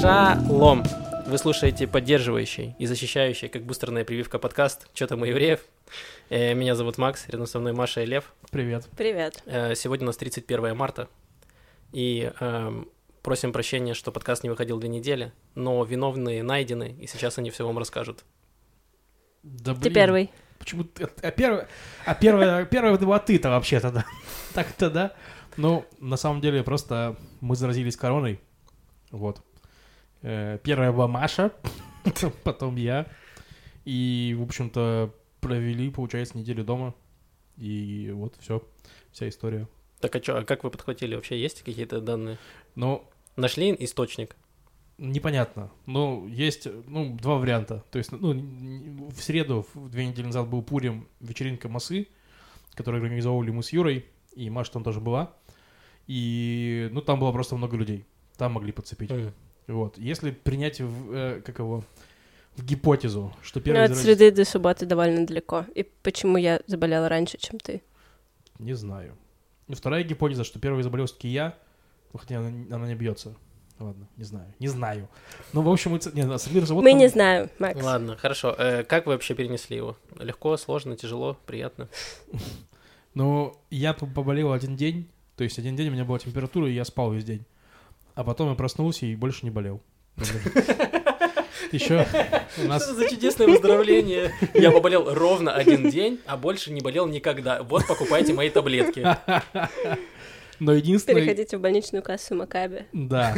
Шалом! Вы слушаете поддерживающий и защищающий, как бустерная прививка, подкаст «Чё там у евреев?». Меня зовут Макс, рядом со мной Маша и Лев. Привет. Привет. Сегодня у нас 31 марта, и просим прощения, что подкаст не выходил 2 недели, но виновные найдены, и сейчас они все вам расскажут. Да, блин. Ты первый. Почему ты? Первый была ты-то вообще-то, да? Так-то, да? Ну, на самом деле, просто мы заразились короной. Вот. Первая была Маша, потом я. И, в общем-то, провели, получается, неделю дома. И вот все, вся история. Так а что, а как вы подхватили? Вообще есть какие-то данные? Ну, Нашли источник? непонятно. Ну, есть, два варианта. То есть, в среду, 2 недели назад был Пурим, вечеринка Масы, которую организовывали мы с Юрой, и Маша там тоже была. И, там было просто много людей. Там могли подцепить. Вот. Если принять в гипотезу, что первый От среды до субботы довольно далеко. И почему я заболела раньше, чем ты? Не знаю. И вторая гипотеза, что первый заболел все-таки я, хотя она не бьется. Ладно, не знаю. Ну, в общем, мы не знаем, Макс. Ладно, хорошо. Как вы вообще перенесли его? Легко, сложно, тяжело, приятно? Ну, я поболел 1 день. То есть 1 день у меня была температура, и я спал весь день. А потом я проснулся и больше не болел. Еще у нас... Что за чудесное выздоровление? Я поболел ровно 1 день, а больше не болел никогда. Вот, покупайте мои таблетки. Но единственное... Переходите в больничную кассу Макаби. Да.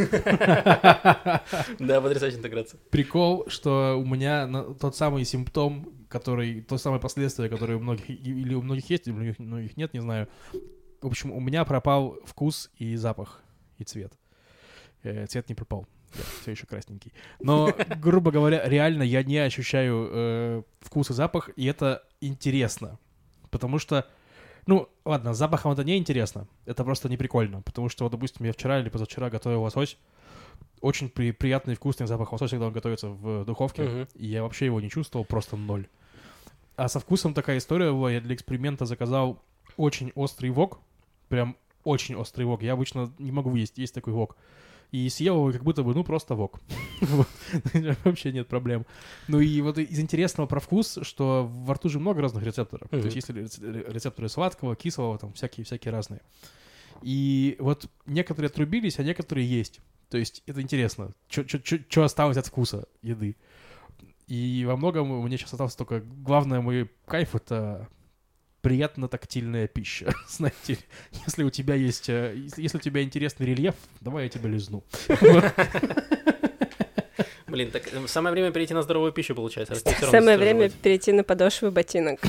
Да, потрясающая интеграция. Прикол, что у меня тот самый симптом, то самое последствие, которое у многих есть, или у многих нет, не знаю. В общем, у меня пропал вкус и запах, и цвет. Цвет не пропал. Я все еще красненький. Но, грубо говоря, реально я не ощущаю вкус и запах, и это интересно. Потому что, ладно, с запахом это не интересно, это просто не прикольно. Потому что, вот, допустим, я вчера или позавчера готовил лосось. Очень приятный вкусный запах лосося, когда он готовится в духовке. И я вообще его не чувствовал, просто 0. А со вкусом такая история была. Я для эксперимента заказал очень острый вок. Прям очень острый вок. Я обычно не могу есть такой вок. И съел его как будто бы, просто вок. Вообще нет проблем. Ну и вот из интересного про вкус, что во рту же много разных рецепторов. То есть есть рецепторы сладкого, кислого, там всякие разные. И вот некоторые отрубились, а некоторые есть. То есть это интересно, что осталось от вкуса еды. И во многом мне сейчас остался только... Главное мой кайф — это приятно-тактильная пища. Знаете, если у тебя интересный рельеф, давай я тебя лизну. Блин, так самое время перейти на здоровую пищу, получается. Самое время перейти на подошвы ботинок.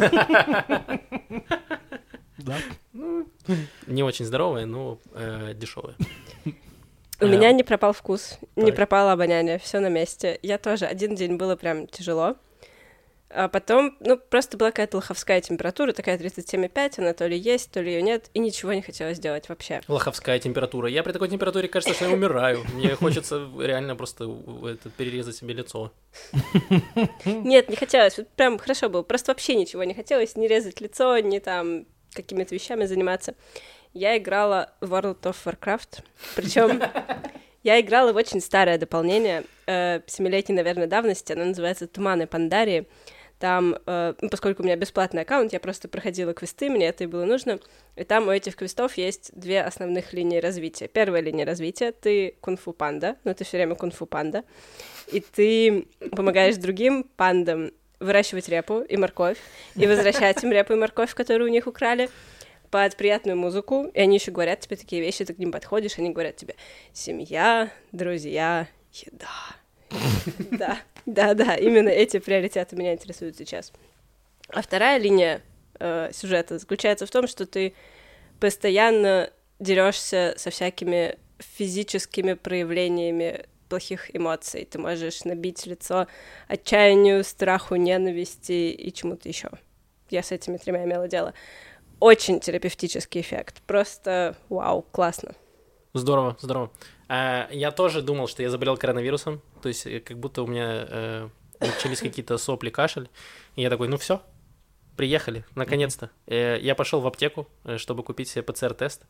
Да. Не очень здоровая, но дешевая. У меня не пропал вкус, не пропало обоняние, все на месте. Я тоже 1 день было прям тяжело. А потом, просто была какая-то лоховская температура, такая 37,5, она то ли есть, то ли ее нет, и ничего не хотелось делать вообще. Лоховская температура. Я при такой температуре, кажется, что я умираю. Мне хочется реально просто перерезать себе лицо. Нет, не хотелось, вот прям хорошо было, просто вообще ничего не хотелось, не резать лицо, не там какими-то вещами заниматься. Я играла в World of Warcraft, причем я играла в очень старое дополнение, 7-летней, наверное, давности, оно называется «Туманы Пандарии». Там, поскольку у меня бесплатный аккаунт, я просто проходила квесты, мне это и было нужно, и там у этих квестов есть 2 основных линии развития. Первая линия развития — ты кунг-фу панда, ты все время кунг-фу панда, и ты помогаешь другим пандам выращивать репу и морковь, и возвращать им репу и морковь, которую у них украли, под приятную музыку, и они еще говорят тебе такие вещи, ты к ним подходишь, они говорят тебе: семья, друзья, еда. Да, именно эти приоритеты меня интересуют сейчас. А вторая линия сюжета заключается в том, что ты постоянно дерешься со всякими физическими проявлениями плохих эмоций. Ты можешь набить лицо отчаянию, страху, ненависти и чему-то еще. Я с этими 3 имела дело. Очень терапевтический эффект. Просто вау, классно. Здорово. Я тоже думал, что я заболел коронавирусом. То есть как будто у меня начались какие-то сопли, кашель. И я такой, все, приехали, наконец-то. Я пошел в аптеку, чтобы купить себе ПЦР-тест.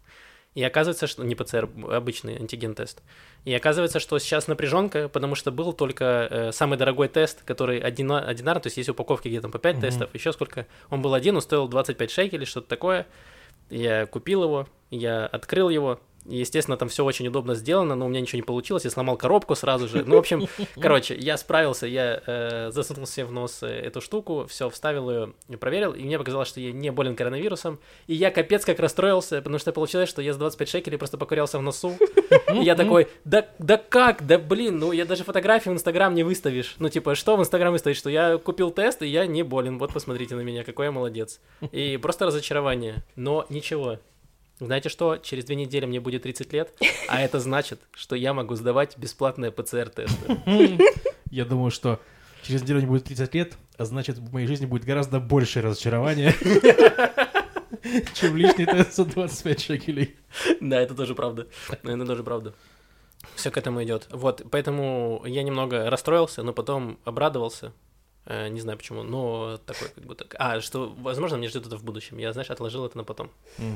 И оказывается, что... Не ПЦР, обычный антиген-тест. И оказывается, что сейчас напряженка, потому что был только самый дорогой тест, который одинарный, то есть есть упаковки где-то по 5 тестов, еще сколько. Он был один, он стоил 25 шекелей, что-то такое. Я купил его, я открыл его. И, естественно, там все очень удобно сделано, но у меня ничего не получилось, я сломал коробку сразу же. Ну, в общем, короче, я справился, я засунул себе в нос эту штуку, все, вставил ее, проверил, и мне показалось, что я не болен коронавирусом. И я капец как расстроился, потому что получилось, что я за 25 шекелей просто покорялся в носу. И я такой, да как, да блин, ну я даже фотографии в Инстаграм не выставишь. Ну, типа, что в Инстаграм выставить, что я купил тест, и я не болен, вот посмотрите на меня, какой я молодец. И просто разочарование, но ничего. Знаете что? Через 2 недели мне будет 30 лет, а это значит, что я могу сдавать бесплатные ПЦР-тесты. Я думаю, что через неделю мне будет 30 лет, а значит, в моей жизни будет гораздо больше разочарования, чем лишний тест за 25 шекелей. Да, это тоже правда. Это тоже правда. Все к этому идет. Вот, поэтому я немного расстроился, но потом обрадовался. Не знаю почему, но такой как будто... что, возможно, мне ждет это в будущем. Я, знаешь, отложил это на потом.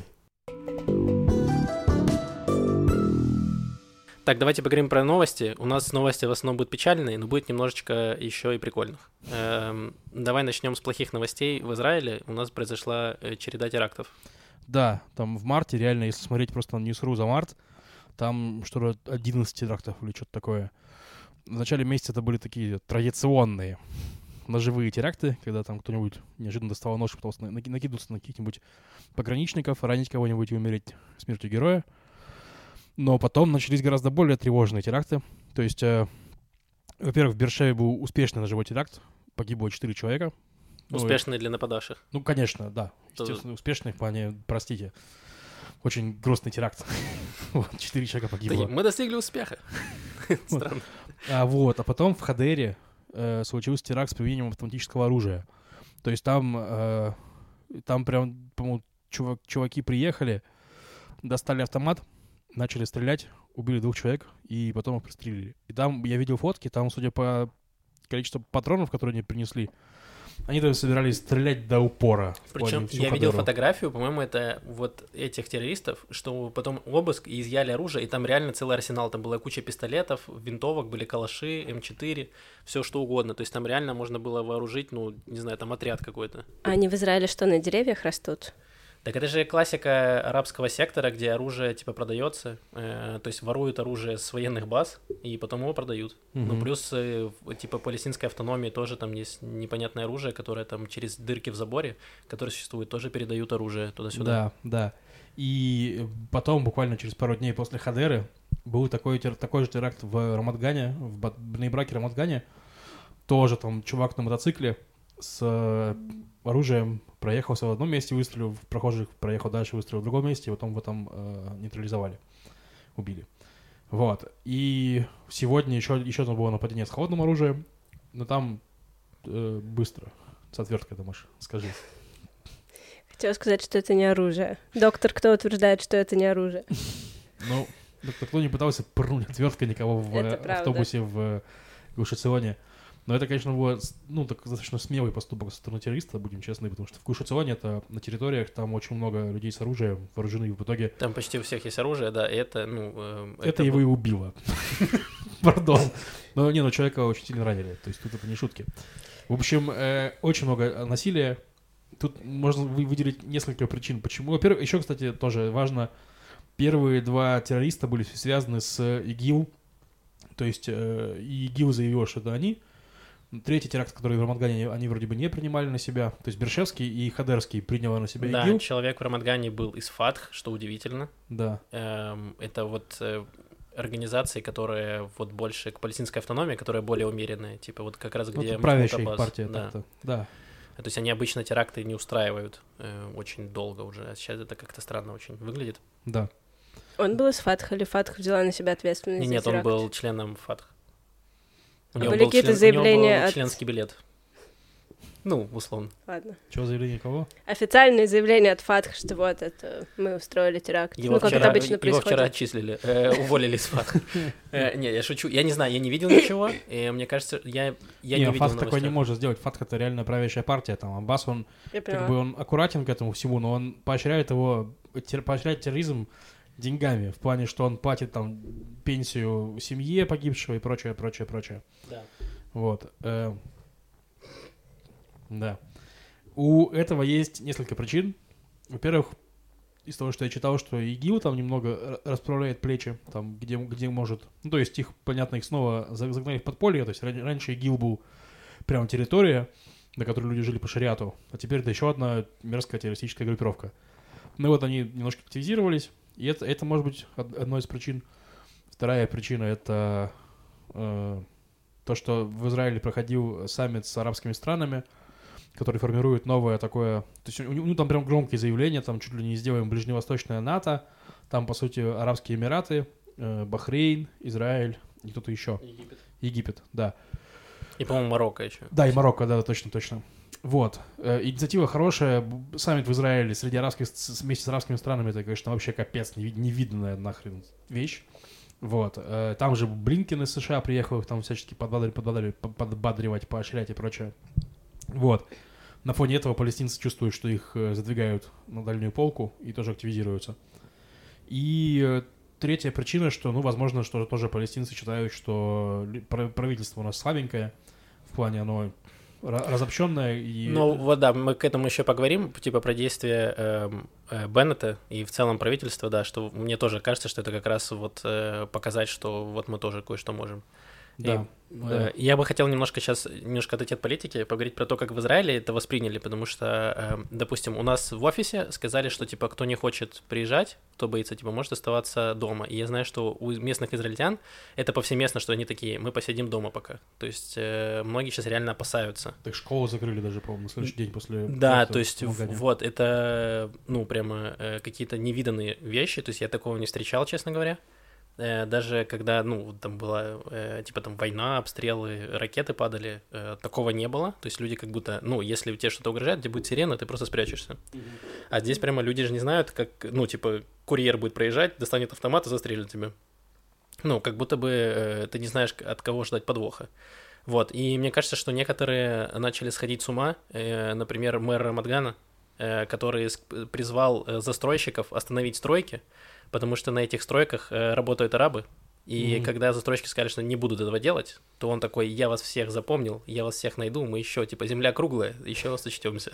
Так, давайте поговорим про новости. У нас новости в основном будут печальные, но будет немножечко еще и прикольных. Давай начнем с плохих новостей. В Израиле у нас произошла череда терактов. Да, там в марте, реально, если смотреть просто на News.ru за март, там что-то 11 терактов или что-то такое. В начале месяца это были такие традиционные ножевые теракты, когда там кто-нибудь неожиданно доставал нож и пытался накидываться на каких-нибудь пограничников, ранить кого-нибудь и умереть смертью героя. Но потом начались гораздо более тревожные теракты. То есть, во-первых, в Бершеве был успешный ножевой теракт, погибло 4 человека. Успешный для нападавших. Ну, конечно, да. Естественно, успешный в плане, простите, очень грустный теракт. 4 человека погибло. Мы достигли успеха. Странно. А потом в Хадере случился теракт с применением автоматического оружия. То есть там прям, по-моему, чуваки приехали, достали автомат, начали стрелять, убили 2 человек и потом их пристрелили. И там, я видел фотки, там, судя по количеству патронов, которые они принесли, они там собирались стрелять до упора. Причем я видел фотографию, по-моему, это вот этих террористов, что потом обыск и изъяли оружие, и там реально целый арсенал. Там была куча пистолетов, винтовок, были калаши, М4, все что угодно. То есть там реально можно было вооружить, ну, не знаю, там отряд какой-то. А они в Израиле что, на деревьях растут? Так это же классика арабского сектора, где оружие типа продается, то есть воруют оружие с военных баз и потом его продают. Ну плюс типа палестинской автономии тоже там есть непонятное оружие, которое там через дырки в заборе, которые существуют, тоже передают оружие туда-сюда. Да. И потом буквально через пару дней после Хадеры был такой же теракт в Рамат-Гане, в Бней-Браке Рамат-Гане. Тоже там чувак на мотоцикле с оружием проехался в одном месте, выстрелил в прохожих, проехал дальше, выстрелил в другом месте, и потом в этом нейтрализовали, убили. Вот. И сегодня еще там было нападение с холодным оружием, но там быстро. С отверткой, думаешь, скажи. Хотела сказать, что это не оружие. Доктор, кто утверждает, что это не оружие? Ну, доктор кто не пытался пырнуть отверткой никого в автобусе в Гуш-Эционе. Но это, конечно, был достаточно смелый поступок со стороны террориста, будем честны, потому что в Гуш-Эционе это на территориях, там очень много людей с оружием вооружены, и в итоге... Там почти у всех есть оружие, да, и это, это его и убило. Пардон. Но человека очень сильно ранили, то есть тут это не шутки. В общем, очень много насилия. Тут можно выделить несколько причин, почему. Во-первых, еще, кстати, тоже важно, первые 2 террориста были связаны с ИГИЛ, то есть ИГИЛ заявил, что это они. Третий теракт, который в Рамат-Гане они вроде бы не принимали на себя. То есть Бершевский и Хадерский приняли на себя ИГИЛ. Да, человек в Рамат-Гане был из Фатх, что удивительно. Да. Это вот организации, которые вот больше к палестинской автономии, которые более умеренные. Типа вот как раз где... правящая их партия. Да. Да. То есть они обычно теракты не устраивают очень долго уже. А сейчас это как-то странно очень выглядит. Да. Он был из Фатх или Фатх взяла на себя ответственность за теракт? Нет, он был членом Фатх. У него были какие-то заявления у него был членский билет. Ну, условно. Ладно. Что заявление кого? Официальное заявление от Фатх, что вот это мы устроили теракт. Как это обычно происходит. Его вчера отчислили, уволили из Фатх. Не, я шучу. Я не знаю, я не видел ничего. И мне кажется, я не видел Фатх такой не может сделать. Фатх — это реально правящая партия. Там Аббас, он как бы он аккуратен к этому всему, но он поощряет терроризм деньгами, в плане, что он платит там пенсию семье погибшего и прочее, прочее, прочее. Да. Вот. Да. У этого есть несколько причин. Во-первых, из того, что я читал, что ИГИЛ там немного расправляет плечи, там, где может. Ну, то есть их, понятно, их снова загнали в подполье. То есть раньше ИГИЛ был прям территория, на которой люди жили по шариату, а теперь это еще одна мерзкая террористическая группировка. Ну вот они немножко активизировались, и это может быть одной из причин. Вторая причина — это то, что в Израиле проходил саммит с арабскими странами, который формирует новое такое... То есть у него там прям громкие заявления, там чуть ли не сделаем ближневосточное НАТО, там, по сути, Арабские Эмираты, Бахрейн, Израиль и кто-то еще. Египет, да. И, по-моему, Марокко еще. Да, и Марокко, да, точно. Вот. Инициатива хорошая. Саммит в Израиле вместе с арабскими странами — это, конечно, вообще капец, невиданная нахрен вещь. Вот. Там же Блинкен из США приехал, их там всячески подбадривать, поощрять и прочее. Вот. На фоне этого палестинцы чувствуют, что их задвигают на дальнюю полку и тоже активизируются. И третья причина, что, возможно, что тоже палестинцы считают, что правительство у нас слабенькое, в плане оно разобщенное. И... Ну, вот да, мы к этому еще поговорим, типа про действия Беннета и в целом правительства, да, что мне тоже кажется, что это как раз вот показать, что вот мы тоже кое-что можем. Да. Я бы хотел немножко отойти от политики, поговорить про то, как в Израиле это восприняли, потому что, допустим, у нас в офисе сказали, что, типа, кто не хочет приезжать, кто боится, типа, может оставаться дома. И я знаю, что у местных израильтян это повсеместно, что они такие, мы посидим дома пока. То есть многие сейчас реально опасаются. Так школу закрыли даже, по-моему, на следующий день после... Да, то есть вот, это, прямо какие-то невиданные вещи, то есть я такого не встречал, честно говоря. Даже когда, там была, типа, там война, обстрелы, ракеты падали, такого не было. То есть люди как будто, если тебе что-то угрожает, где будет сирена, ты просто спрячешься. А здесь прямо люди же не знают, как, типа, курьер будет проезжать, достанет автомат и застрелит тебя. Как будто бы ты не знаешь, от кого ждать подвоха. Вот, и мне кажется, что некоторые начали сходить с ума. Например, мэр Рамат-Гана, который призвал застройщиков остановить стройки, потому что на этих стройках работают арабы, и когда застройщики сказали, что не будут этого делать, то он такой, я вас всех запомнил, я вас всех найду, мы еще, типа, земля круглая, еще сочтемся.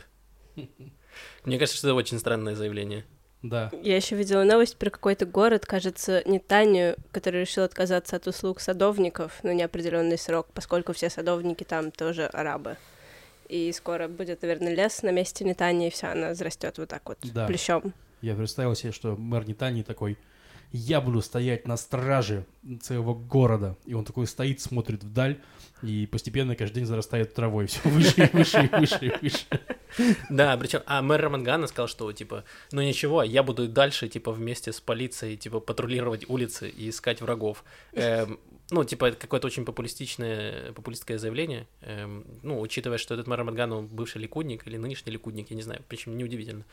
Мне кажется, что это очень странное заявление. Да. Я еще видела новость про какой-то город, кажется, Нетанью, который решил отказаться от услуг садовников на неопределенный срок, поскольку все садовники там тоже арабы. И скоро будет, наверное, лес на месте Нетаньи, и вся она взрастет вот так вот плющом. Я представил себе, что мэр Нетаньи такой, я буду стоять на страже целого города. И он такой стоит, смотрит вдаль, и постепенно каждый день зарастает травой. Все выше и выше и выше и выше. Да, причем, мэр Рамат-Гана сказал, что, типа, ничего, я буду дальше, типа, вместе с полицией, типа, патрулировать улицы и искать врагов. Типа, это какое-то очень популистское заявление, учитывая, что этот мэр Рамат-Ган, он бывший ликудник или нынешний ликудник, я не знаю, причем неудивительно.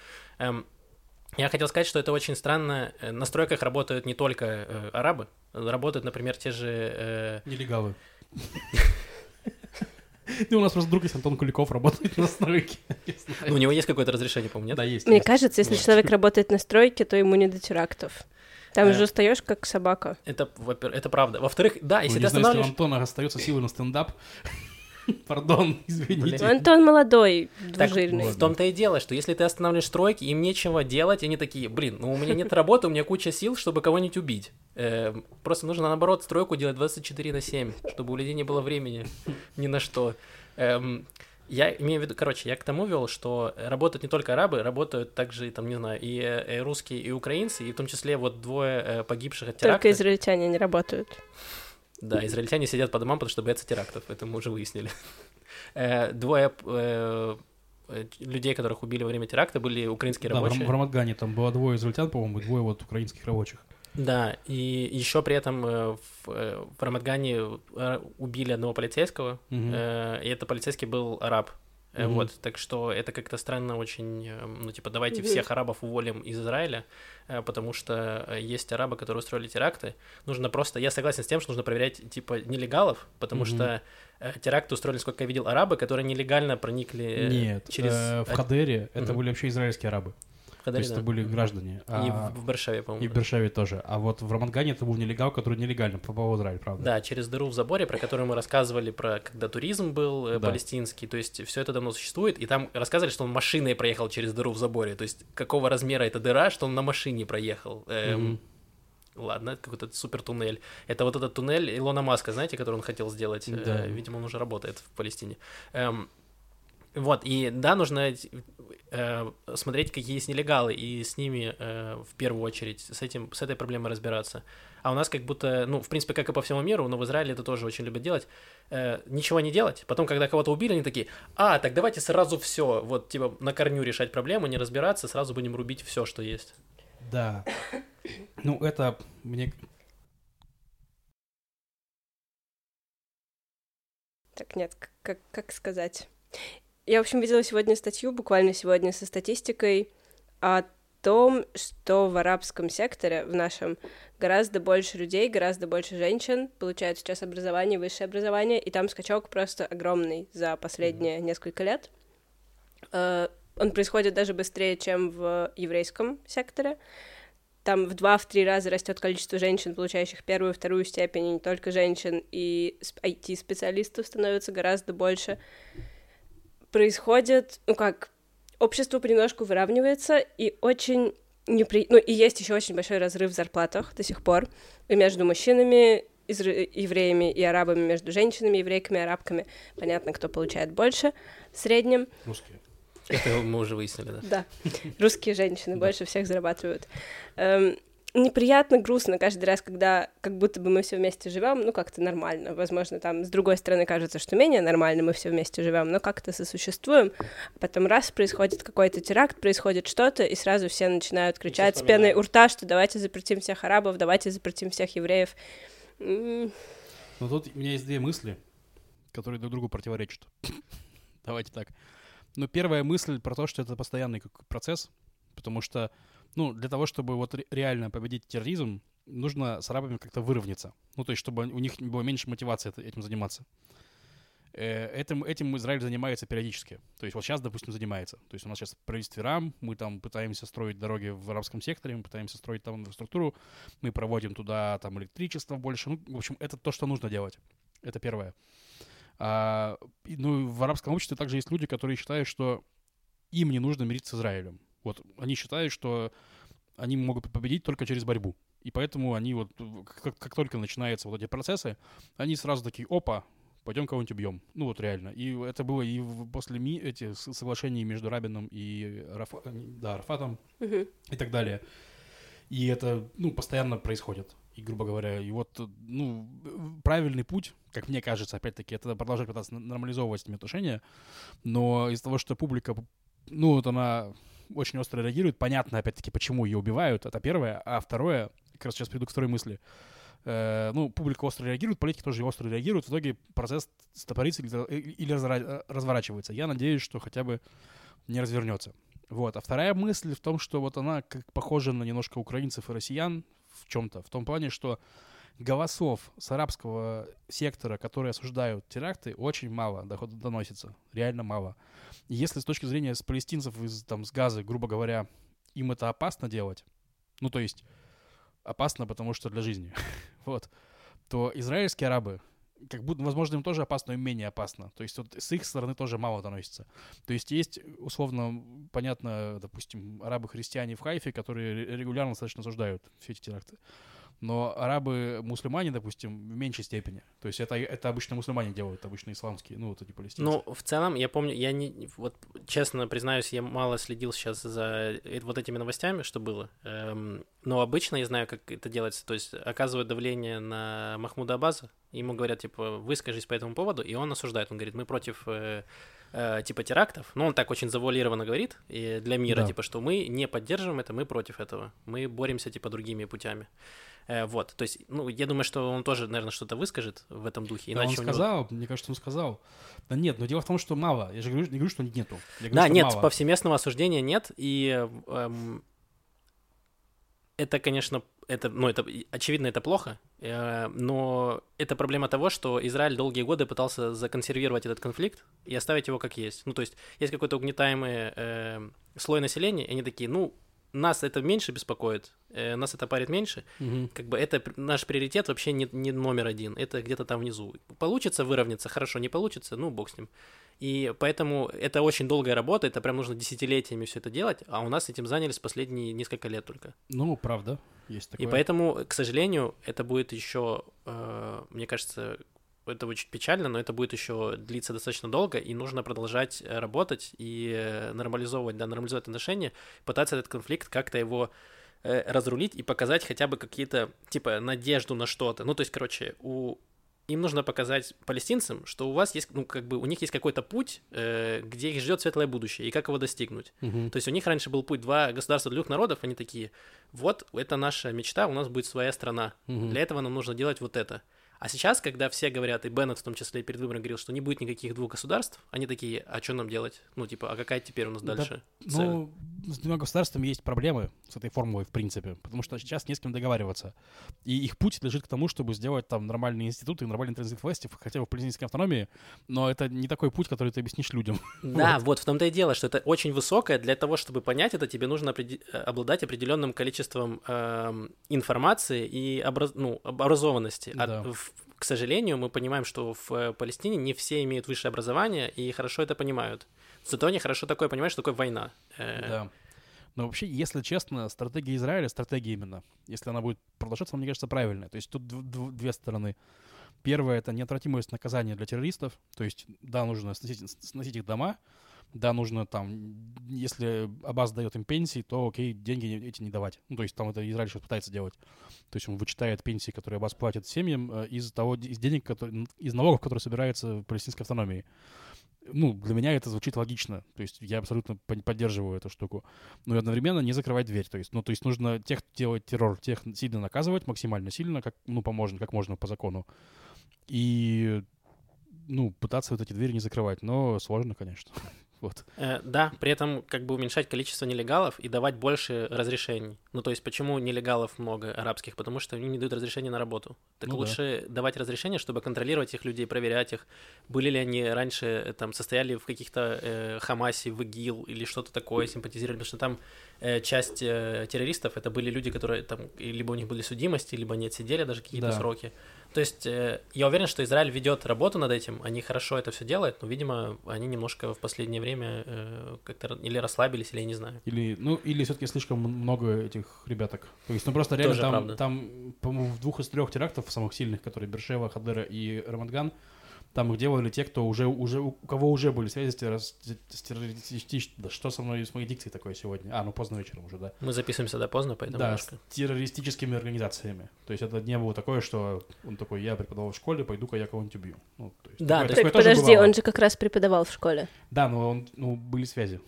Я хотел сказать, что это очень странно. На стройках работают не только арабы, работают, например, те же... Нелегалы. У нас просто друг есть Антон Куликов, работает на стройке. У него есть какое-то разрешение, по-моему, нет? Да, есть. Мне кажется, если человек работает на стройке, то ему не до терактов. Там же устаешь как собака. Это правда. Во-вторых, да, если ты останавливаешь... Если у Антона остается силы на стендап... Пардон, извините. Антон молодой, двужильный. В том-то и дело, что если ты останавливаешь стройки, им нечего делать, они такие, у меня нет работы, у меня куча сил, чтобы кого-нибудь убить. Просто нужно, наоборот, стройку делать 24/7, чтобы у людей не было времени ни на что. Я имею в виду, я к тому вел, что работают не только арабы, работают также, там, не знаю, и русские, и украинцы, и в том числе вот 2 погибших от теракта. Только израильтяне не работают. Да, израильтяне сидят по домам, потому что боятся терактов, это мы уже выяснили. 2 людей, которых убили во время теракта, были украинские рабочие. Да, в Рамат-Гане там было 2 израильтян, по-моему, и 2 вот украинских рабочих. Да, и еще при этом в Рамат-Гане убили одного полицейского, и этот полицейский был араб. Вот, так что это как-то странно очень, давайте всех арабов уволим из Израиля, потому что есть арабы, которые устроили теракты. Нужно просто, я согласен с тем, что нужно проверять, нелегалов, потому что теракты устроили, сколько я видел, арабы, которые нелегально проникли Нет, через... в Хадере это были вообще израильские арабы. Хадари, есть это были граждане. И в Варшаве, по-моему. И в Варшаве тоже. А вот в Рамадгане это был нелегал, который нелегально попал в Израиль, правда? Да, через дыру в заборе, про которую мы рассказывали, когда туризм был палестинский, то есть все это давно существует, и там рассказывали, что он машиной проехал через дыру в заборе, то есть какого размера эта дыра, что он на машине проехал. Ладно, это какой-то супер туннель. Это вот этот туннель Илона Маска, знаете, который он хотел сделать. Да. Видимо, он уже работает в Палестине. Вот, и да, нужно смотреть, какие есть нелегалы, и с ними в первую очередь с этой проблемой разбираться. А у нас как будто, ну, в принципе, как и по всему миру, но в Израиле это тоже очень любят делать, ничего не делать. Потом, когда кого-то убили, они такие: так давайте сразу все, вот, типа, на корню решать проблему, не разбираться, сразу будем рубить все, что есть. Да. Ну, это мне... Так, нет, как сказать? Я, в общем, видела сегодня статью, буквально сегодня, со статистикой о том, что в арабском секторе, в нашем, гораздо больше людей, гораздо больше женщин получают сейчас образование, высшее образование, и там скачок просто огромный за последние несколько лет. Он происходит даже быстрее, чем в еврейском секторе. Там в 2-3 раза растет количество женщин, получающих первую и вторую степень, и не только женщин, и IT-специалистов становится гораздо больше. Происходит, общество понемножку выравнивается, и очень и есть еще очень большой разрыв в зарплатах до сих пор и между мужчинами, евреями и арабами, между женщинами, еврейками и арабками. Понятно, кто получает больше в среднем. Русские. Это мы уже выяснили, да? Да, русские женщины больше всех зарабатывают. Неприятно, грустно каждый раз, когда как будто бы мы все вместе живем, ну как-то нормально. Возможно, там с другой стороны кажется, что менее нормально мы все вместе живем, но как-то сосуществуем. А потом раз происходит какой-то теракт, происходит что-то, и сразу все начинают кричать с пеной у рта, что давайте запретим всех арабов, давайте запретим всех евреев. Ну тут у меня есть две мысли, которые друг другу противоречат. Давайте так. Но первая мысль про то, что это постоянный процесс, потому что, для того, чтобы вот реально победить терроризм, нужно с арабами как-то выровняться. Ну, то есть, чтобы у них было меньше мотивации этим заниматься. Этим Израиль занимается периодически. То есть, вот сейчас, допустим, занимается. То есть, у нас сейчас правительство Иран, мы там пытаемся строить дороги в арабском секторе, мы пытаемся строить там инфраструктуру, мы проводим туда там электричество больше. Ну, в общем, это то, что нужно делать. Это первое. В арабском обществе также есть люди, которые считают, что им не нужно мириться с Израилем. Вот они считают, что они могут победить только через борьбу. И поэтому они вот, как только начинаются вот эти процессы, они сразу такие: опа, пойдем кого-нибудь убьем. Ну вот реально. И это было и после этих соглашений между Рабином и Арафатом и так далее. И это, постоянно происходит. И, грубо говоря, и вот, правильный путь, как мне кажется, опять-таки, это продолжать пытаться нормализовывать эти отношения, но из-за того, что публика, она очень остро реагирует, понятно, опять-таки, почему ее убивают, это первое, а второе, как раз сейчас приду к второй мысли, публика остро реагирует, политики тоже остро реагируют, в итоге процесс стопорится или разворачивается. Я надеюсь, что хотя бы не развернется. Вот. А вторая мысль в том, что вот она как похожа на немножко украинцев и россиян в чем-то, в том плане, что голосов с арабского сектора, которые осуждают теракты, очень мало доносится, реально мало. И если с точки зрения с палестинцев с Газы, грубо говоря, им это опасно делать, то есть опасно, потому что для жизни, вот, то израильские арабы, как будто, возможно, им тоже опасно, но им менее опасно. То есть вот с их стороны тоже мало доносится. То есть условно, понятно, допустим, арабы-христиане в Хайфе, которые регулярно достаточно осуждают все эти теракты. Но арабы-мусульмане, допустим, в меньшей степени. То есть это обычно мусульмане делают, обычно исламские, вот эти палестинцы. В целом, я помню, честно признаюсь, я мало следил сейчас за вот этими новостями, что было. Но обычно я знаю, как это делается. То есть оказывают давление на Махмуда Аббаса, ему говорят, выскажись по этому поводу, и он осуждает. Он говорит, мы против терактов. Он так очень завуалированно говорит и для мира, да. Что мы не поддерживаем это, мы против этого. Мы боремся, другими путями. Вот, то есть, я думаю, что он тоже, наверное, что-то выскажет в этом духе. Да, иначе он сказал, мне кажется, он сказал. Да нет, но дело в том, что мало. Я же не говорю, что нету. Я говорю, да, что нет, мало. Повсеместного осуждения нет, и это, конечно, это очевидно, это плохо, но это проблема того, что Израиль долгие годы пытался законсервировать этот конфликт и оставить его как есть. То есть, есть какой-то угнетаемый слой населения, и они такие, нас это меньше беспокоит, нас это парит меньше, как бы это наш приоритет вообще не номер один, это где-то там внизу. Получится выровняться, хорошо, не получится, ну, бог с ним. И поэтому это очень долгая работа, это прям нужно десятилетиями все это делать, а у нас этим занялись последние несколько лет только. Ну, правда, есть такое. И поэтому, к сожалению, это будет еще, мне кажется, это очень печально, но это будет еще длиться достаточно долго, и нужно продолжать работать и нормализовывать отношения, пытаться этот конфликт как-то его разрулить и показать хотя бы какие-то, типа, надежду на что-то. Ну, то есть, короче, им нужно показать палестинцам, что у вас есть, ну, как бы, у них есть какой-то путь, где их ждет светлое будущее, и как его достигнуть. То есть у них раньше был путь 2 государства, 2 народов, они такие, вот, это наша мечта, у нас будет своя страна. Для этого нам нужно делать вот это. А сейчас, когда все говорят, и Беннет в том числе перед выборами говорил, что не будет никаких 2 государств, они такие, а что нам делать? Ну, типа, а какая теперь у нас дальше цель? Ну, с 2 государствами есть проблемы с этой формулой, в принципе, потому что сейчас не с кем договариваться. И их путь лежит к тому, чтобы сделать там нормальные институты, нормальные транзит власти, хотя бы в палестинской автономии, но это не такой путь, который ты объяснишь людям. Да, вот в том-то и дело, что это очень высокое. Для того, чтобы понять это, тебе нужно обладать определенным количеством информации и образованности. Да. К сожалению, мы понимаем, что в Палестине не все имеют высшее образование и хорошо это понимают. Зато они хорошо такое понимают, что такое война. Да. Но вообще, если честно, стратегия Израиля, стратегия именно, если она будет продолжаться, мне кажется, правильная. То есть тут 2 стороны. Первое — это неотвратимость наказания для террористов. То есть, да, нужно сносить их дома, да, нужно там, если Аббас дает им пенсии, то окей, деньги эти не давать. Ну, то есть там это Израиль сейчас пытается делать. То есть он вычитает пенсии, которые Аббас платит семьям, из денег, из налогов, которые собираются в палестинской автономии. Ну, для меня это звучит логично. То есть я абсолютно поддерживаю эту штуку. Но и одновременно не закрывать дверь. То есть нужно тех, кто делает террор, тех сильно наказывать, максимально сильно, как можно по закону. И, пытаться вот эти двери не закрывать. Но сложно, конечно. Вот. Да, при этом как бы уменьшать количество нелегалов и давать больше разрешений. Ну, то есть, почему нелегалов много арабских? Потому что им не дают разрешения на работу. Так лучше давать разрешения, чтобы контролировать их людей, проверять их. Были ли они раньше, там, состояли в каких-то Хамасе, в ИГИЛ или что-то такое, симпатизировали, потому что там часть террористов, это были люди, которые там, либо у них были судимости, либо они отсидели даже какие-то сроки. То есть я уверен, что Израиль ведет работу над этим, они хорошо это все делают, но, видимо, они немножко в последнее время как-то или расслабились, или я не знаю. Или все-таки слишком много этих ребяток. То есть, просто реально там, по-моему, в 2 из 3 терактов самых сильных, которые Бершева, Хадера и Рамадган, там их делали те, кто у кого уже были связи с террористическими... Да что со мной, с моей дикцией такое сегодня? Поздно вечером уже, да. Мы записываемся, да, поздно, поэтому... Да, с террористическими организациями. То есть это не было такое, что он такой, я преподавал в школе, пойду-ка я кого-нибудь убью. Да, так подожди, он же как раз преподавал в школе. Да, но были связи.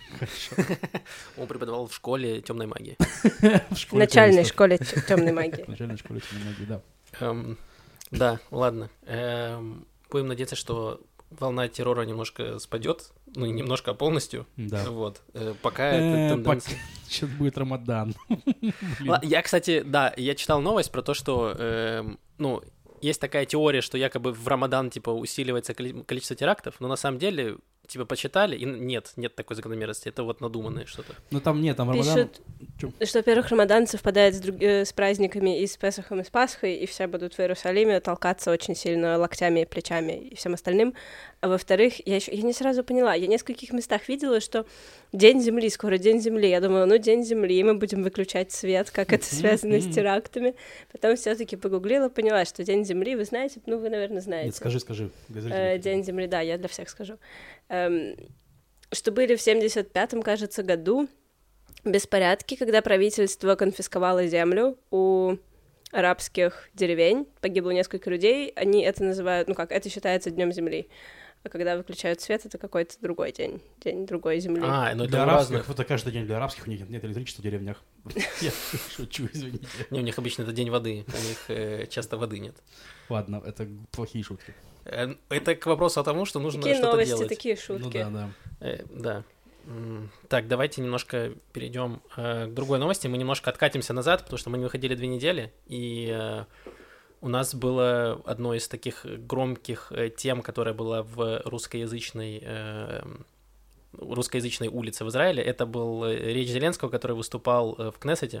Он преподавал в школе темной магии. В начальной школе темной магии. В начальной школе темной магии, да. Да, ладно. Будем надеяться, что волна террора немножко спадет, не немножко, а полностью. Да. Вот. Пока это тенденция. Сейчас будет Рамадан. Я, кстати, я читал новость про то, что, есть такая теория, что якобы в Рамадан, усиливается количество терактов, но на самом деле, почитали, и нет такой закономерности, это вот надуманное что-то. Там Рамадан... Пишут, что, во-первых, Рамадан совпадает с праздниками и с Песахом, и с Пасхой, и все будут в Иерусалиме толкаться очень сильно локтями, плечами и всем остальным. А во-вторых, я не сразу поняла, я в нескольких местах видела, что День Земли, скоро День Земли. Я думала, День Земли, мы будем выключать свет, как это связано с терактами. Потом все-таки погуглила, поняла, что День Земли, вы знаете, вы, наверное, знаете. Нет, скажи. День Земли, да, я для всех скажу. Что были в 75-м, кажется, году беспорядки, когда правительство конфисковало землю у арабских деревень, погибло несколько людей, они это называют, это считается Днем Земли. А когда выключают свет, это какой-то другой день другой земли. Это для арабских, это каждый день для арабских, у них нет электричества в деревнях. Я шучу, извините. У них обычно это день воды, у них часто воды нет. Ладно, это плохие шутки. Это к вопросу о том, что нужно такие что-то новости, делать. Такие шутки. Да. Так, давайте немножко перейдем к другой новости. Мы немножко откатимся назад, потому что мы не выходили 2 недели, и у нас было одно из таких громких тем, которая была в русскоязычной русскоязычной улице в Израиле. Это был речь Зеленского, который выступал в Кнессете.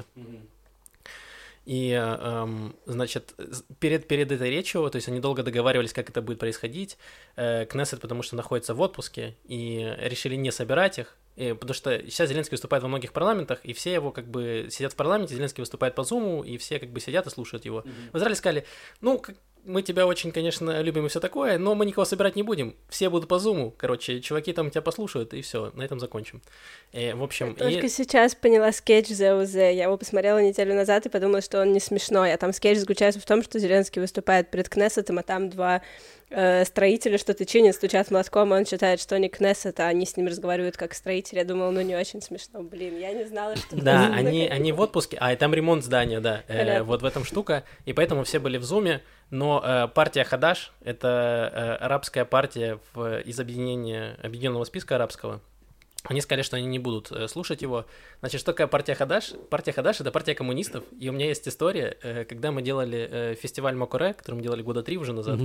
И, значит, перед этой речью, то есть они долго договаривались, как это будет происходить. Кнессет, потому что находится в отпуске, и решили не собирать их, потому что сейчас Зеленский выступает во многих парламентах, и все его как бы сидят в парламенте, Зеленский выступает по Зуму, и все как бы сидят и слушают его. В Израиле сказали, ну, мы тебя очень, конечно, любим и все такое, но мы никого собирать не будем. Все будут по Зуму. Короче, чуваки там тебя послушают, и все, на этом закончим. В общем... Я только сейчас поняла скетч ЗУЗ. Я его посмотрела неделю назад и подумала, что он не смешной. А там скетч заключается в том, что Зеленский выступает перед Кнессетом, а там два строители что-то чинят, стучат молотком, и он считает, что они Кнессет, а они с ним разговаривают как строители. Я думала, ну не очень смешно. Блин, я не знала, что... Да, они в отпуске, и там ремонт здания, да. Вот в этом штука, и поэтому все были в Зуме, но партия Хадаш — это арабская партия из объединенного списка арабского. Они сказали, что они не будут слушать его. Значит, что такое партия Хадаш? Партия Хадаш — это партия коммунистов, и у меня есть история, когда мы делали фестиваль Мокоре, который мы делали года 3 уже назад.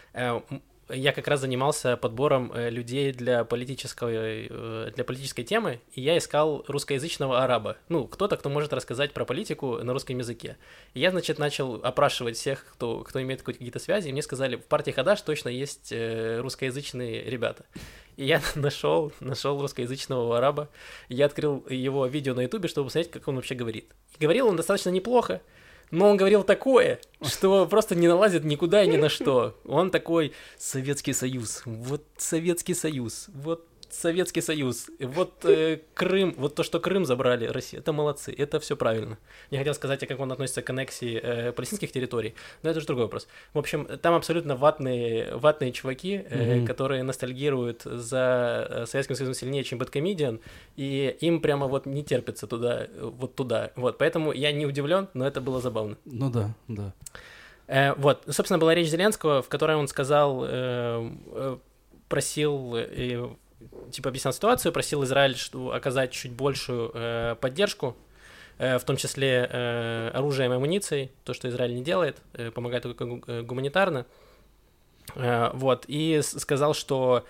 Я как раз занимался подбором людей для политической темы, и я искал русскоязычного араба. Ну, кто-то, кто может рассказать про политику на русском языке. И я, значит, начал опрашивать всех, кто имеет какие-то связи, и мне сказали, в партии Хадаш точно есть русскоязычные ребята. И я нашел русскоязычного араба, я открыл его видео на ютубе, чтобы посмотреть, как он вообще говорит. И говорил он достаточно неплохо, но он говорил такое, что просто не налазит никуда и ни на что. Он такой: Советский Союз, вот Советский Союз, вот Советский Союз, вот Крым, вот то, что Крым забрали, Россия, это молодцы, это все правильно. Я хотел сказать, как он относится к аннексии палестинских территорий, но это уже другой вопрос. В общем, там абсолютно ватные чуваки, которые ностальгируют за Советским Союзом сильнее, чем Бэдкомедиан, и им прямо вот не терпится туда. Вот, поэтому я не удивлен, но это было забавно. Ну да. Вот, собственно, была речь Зеленского, в которой он сказал, просил... объяснял ситуацию, просил Израиль оказать чуть большую поддержку, в том числе оружием и амуницией, то, что Израиль не делает, помогает только гуманитарно. Вот, и сказал, что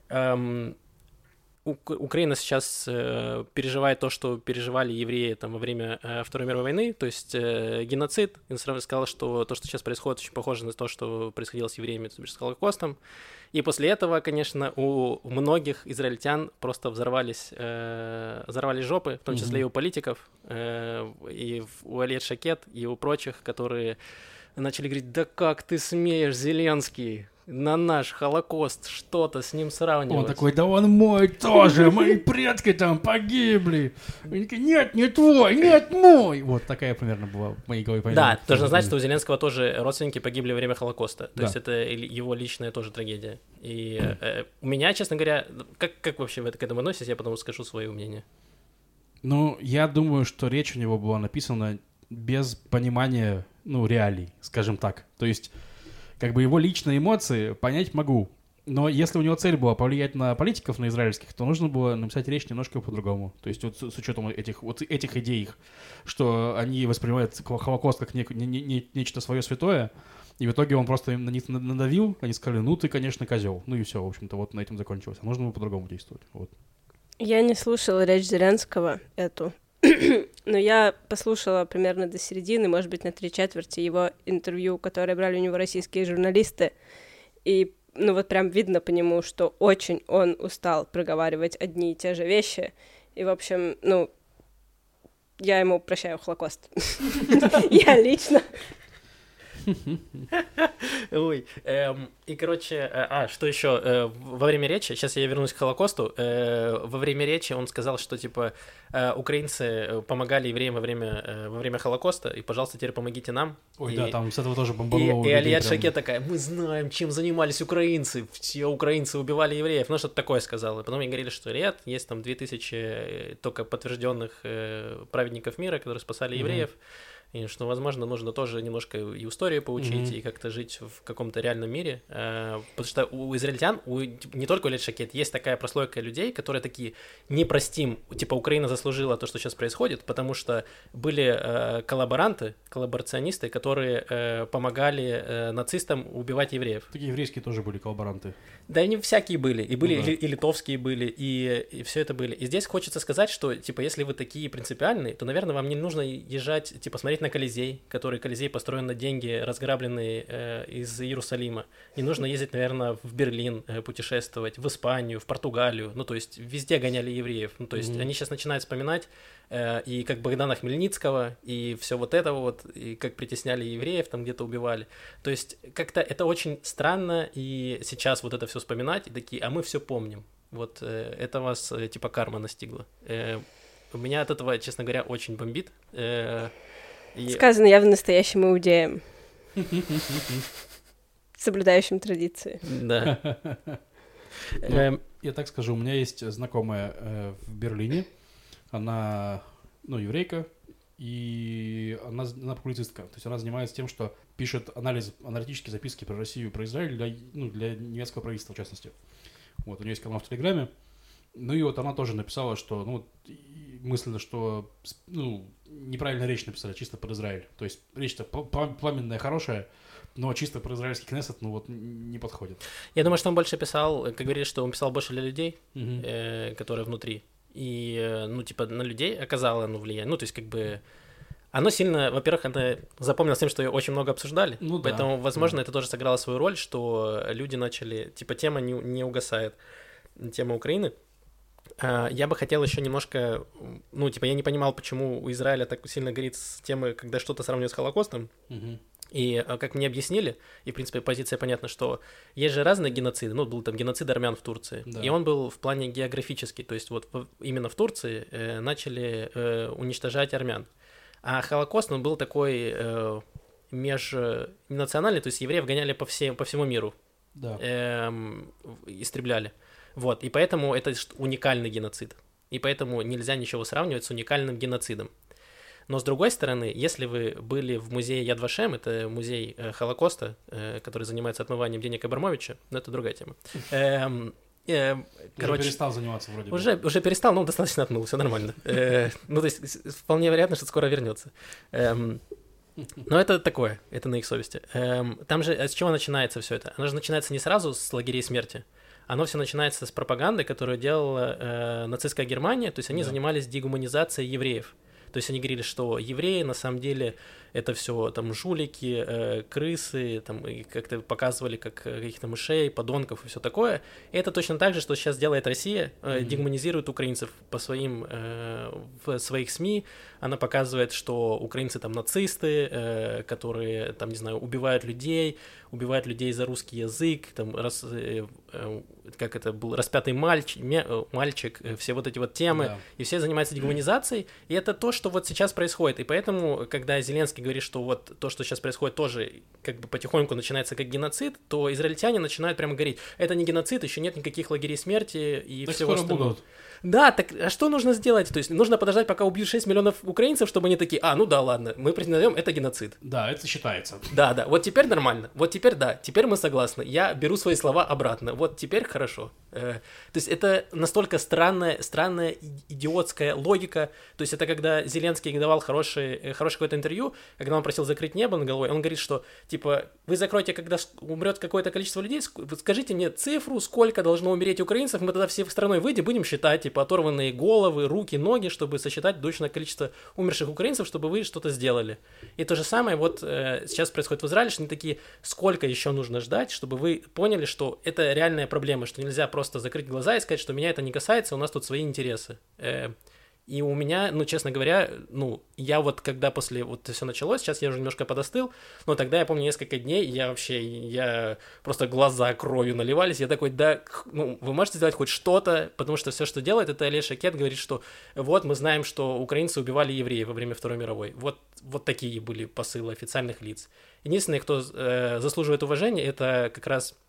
Украина сейчас переживает то, что переживали евреи там во время Второй мировой войны, то есть геноцид. И он сказал, что то, что сейчас происходит, очень похоже на то, что происходило с евреями, то есть с Холокостом. И после этого, конечно, у многих израильтян просто взорвались жопы, в том числе и у политиков, и у Аэлият Шакед, и у прочих, которые начали говорить: да как ты смеешь, Зеленский, на наш Холокост что-то с ним сравнивать. Он такой: да он мой тоже, мои предки там погибли. Они такие: нет, не твой, нет, мой. Вот такая примерно была в моей голове. Да, должен знать, что у Зеленского тоже родственники погибли во время Холокоста. То есть это его личная тоже трагедия. И у меня, честно говоря, как вообще вы к этому относитесь, я потом скажу свое мнение. Ну, я думаю, что речь у него была написана без понимания, реалий, скажем так. То есть как бы его личные эмоции понять могу. Но если у него цель была повлиять на политиков, на израильских, то нужно было написать речь немножко по-другому. То есть вот с учетом этих идей, что они воспринимают Холокост как нечто свое святое, и в итоге он просто на них надавил, они сказали: ну ты, конечно, козел. Ну и все, в общем-то, вот на этом закончилось. А нужно было по-другому действовать. Вот. Я не слушала речь Зеленского эту. Но я послушала примерно до середины, может быть, на 3/4 его интервью, которые брали у него российские журналисты, и, вот прям видно по нему, что очень он устал проговаривать одни и те же вещи, и, в общем, я ему прощаю Холокост. Я лично. Ой, и, короче, что еще? Во время речи, сейчас я вернусь к Холокосту, во время речи он сказал, что, типа, украинцы помогали евреям во время Холокоста, и, пожалуйста, теперь помогите нам. Ой, да, там с этого тоже бомбануло. И Аэлият Шакед такая: мы знаем, чем занимались украинцы, все украинцы убивали евреев, что-то такое сказал. И потом мне говорили, что нет, есть там 2000 только подтвержденных праведников мира, которые спасали евреев. и что, возможно, нужно тоже немножко и историю поучить, и как-то жить в каком-то реальном мире, потому что у израильтян, не только у Илет Шакед, есть такая прослойка людей, которые такие, не простим, типа, Украина заслужила то, что сейчас происходит, потому что были коллаборационисты, которые помогали нацистам убивать евреев. Такие еврейские тоже были коллаборанты. Да, они всякие были, и были, и литовские были, и все это были. И здесь хочется сказать, что, типа, если вы такие принципиальные, то, наверное, вам не нужно езжать, типа, смотреть на Колизей, который Колизей построен на деньги, разграбленные из Иерусалима. Не нужно ездить, наверное, в Берлин, путешествовать, в Испанию, в Португалию, ну, то есть везде гоняли евреев. Ну, то есть они сейчас начинают вспоминать и как Богдана Хмельницкого, и все вот это вот, и как притесняли евреев, там где-то убивали. То есть как-то это очень странно, и сейчас вот это все вспоминать, и такие, а мы все помним. Вот это вас, типа, карма настигла. Меня от этого, честно говоря, очень бомбит. Сказано явно настоящим иудеем, соблюдающим традиции. Да. Я так скажу, у меня есть знакомая в Берлине, она, еврейка, и она публицистка, то есть она занимается тем, что пишет аналитические записки про Россию и про Израиль для немецкого правительства, в частности. Вот, у нее есть канал в Телеграме. Ну и вот она тоже написала, что, мысленно, что, неправильно речь написали, чисто под Израиль. То есть речь-то пламенная, хорошая, но чисто про израильский Кнессет, не подходит. Я думаю, что он больше писал, как говоришь, что он писал больше для людей, которые внутри. И, на людей оказало влияние. То есть, как бы, оно сильно, во-первых, это запомнилось тем, что ее очень много обсуждали, поэтому, возможно, это тоже сыграло свою роль, что люди начали, тема не угасает, тема Украины. Я бы хотел еще немножко, я не понимал, почему у Израиля так сильно горит с темой, когда что-то сравнивают с Холокостом. И как мне объяснили, и, в принципе, позиция понятна, что есть же разные геноциды. Был там геноцид армян в Турции, и он был в плане географический, то есть вот именно в Турции начали уничтожать армян. А Холокост, он был такой межнациональный, то есть евреев гоняли по всему миру, истребляли. Вот, и поэтому это уникальный геноцид, и поэтому нельзя ничего сравнивать с уникальным геноцидом. Но, с другой стороны, если вы были в музее Яд Вашем, это музей Холокоста, который занимается отмыванием денег Абрамовича, но это другая тема. Уже перестал заниматься вроде бы. Уже перестал, но достаточно отмыл, все нормально. То есть вполне вероятно, что скоро вернется. Но это такое, это на их совести. Там же с чего начинается все это? Оно же начинается не сразу с лагерей смерти. Оно все начинается с пропаганды, которую делала нацистская Германия, то есть они занимались дегуманизацией евреев. То есть они говорили, что евреи на самом деле это все там жулики, крысы, там, и как-то показывали как каких-то мышей, подонков и все такое. И это точно так же, что сейчас делает Россия, дегуманизирует украинцев в своих СМИ. Она показывает, что украинцы там нацисты, которые там, не знаю, убивают людей за русский язык, там, как это был, распятый мальчик, все вот эти вот темы, и все занимаются дегуманизацией, и это то, что вот сейчас происходит. И поэтому, когда Зеленский говорит, что вот то, что сейчас происходит, тоже как бы потихоньку начинается как геноцид, то израильтяне начинают прямо говорить, это не геноцид, еще нет никаких лагерей смерти и так всего остального. Будут. Да, так а что нужно сделать? То есть нужно подождать, пока убьют 6 миллионов украинцев, чтобы они такие, ладно, мы признаем, это геноцид. Да, это считается. Да, вот теперь нормально, вот теперь да, теперь мы согласны, я беру свои слова обратно, вот теперь хорошо. То есть это настолько странная идиотская логика, то есть это когда Зеленский давал хорошее какое-то интервью, когда он просил закрыть небо над головой, он говорит, что типа вы закройте, когда умрет какое-то количество людей, скажите мне цифру, сколько должно умереть украинцев, мы тогда всей страной выйдем, будем считать, типа оторванные головы, руки, ноги, чтобы сосчитать точное количество умерших украинцев, чтобы вы что-то сделали. И то же самое вот сейчас происходит в Израиле, что они такие, сколько еще нужно ждать, чтобы вы поняли, что это реальная проблема, что нельзя просто закрыть глаза и сказать, что меня это не касается, у нас тут свои интересы. И у меня, честно говоря, я вот когда после вот все началось, сейчас я уже немножко подостыл, но тогда я помню несколько дней, я просто глаза кровью наливались, я такой, вы можете сделать хоть что-то, потому что все, что делает, это Илет Шакед говорит, что вот мы знаем, что украинцы убивали евреев во время Второй мировой. Вот такие были посылы официальных лиц. Единственный, кто заслуживает уважения, это как раз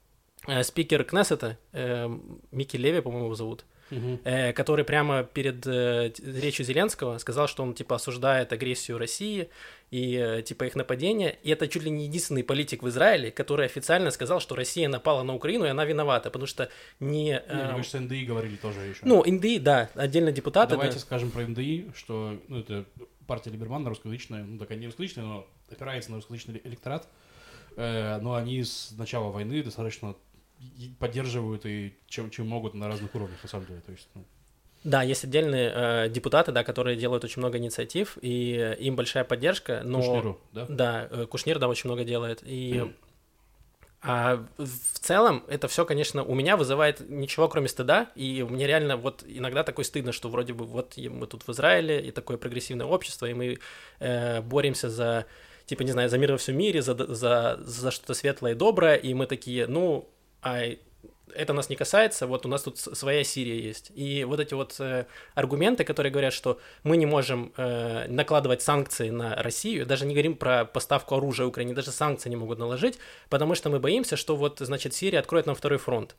спикер Кнессета, Микки Леви, по-моему, его зовут, который прямо перед речью Зеленского сказал, что он, типа, осуждает агрессию России и, типа, их нападение. И это чуть ли не единственный политик в Израиле, который официально сказал, что Россия напала на Украину, и она виновата, потому что не... Мне кажется, НДИ говорили тоже еще. Ну, НДИ, да, отдельно депутаты. Давайте скажем про НДИ, что, ну, это партия Либермана русскоязычная, ну, такая не русскоязычная, но опирается на русскоязычный электорат. Но они с начала войны достаточно поддерживают и чем могут на разных уровнях, на самом деле. То есть, ну... Да, есть отдельные депутаты, да, которые делают очень много инициатив, и им большая поддержка, но... Кушниру, да? Да, Кушнир, да, очень много делает. И в целом это все, конечно, у меня вызывает ничего, кроме стыда, и мне реально вот иногда такой стыдно, что вроде бы вот мы тут в Израиле, и такое прогрессивное общество, и мы боремся за, типа, не знаю, за мир во всем мире, за что-то светлое и доброе, и мы такие, ну... это нас не касается, вот у нас тут своя Сирия есть. И вот эти вот аргументы, которые говорят, что мы не можем накладывать санкции на Россию, даже не говорим про поставку оружия Украине, даже санкции не могут наложить, потому что мы боимся, что вот, значит, Сирия откроет нам второй фронт.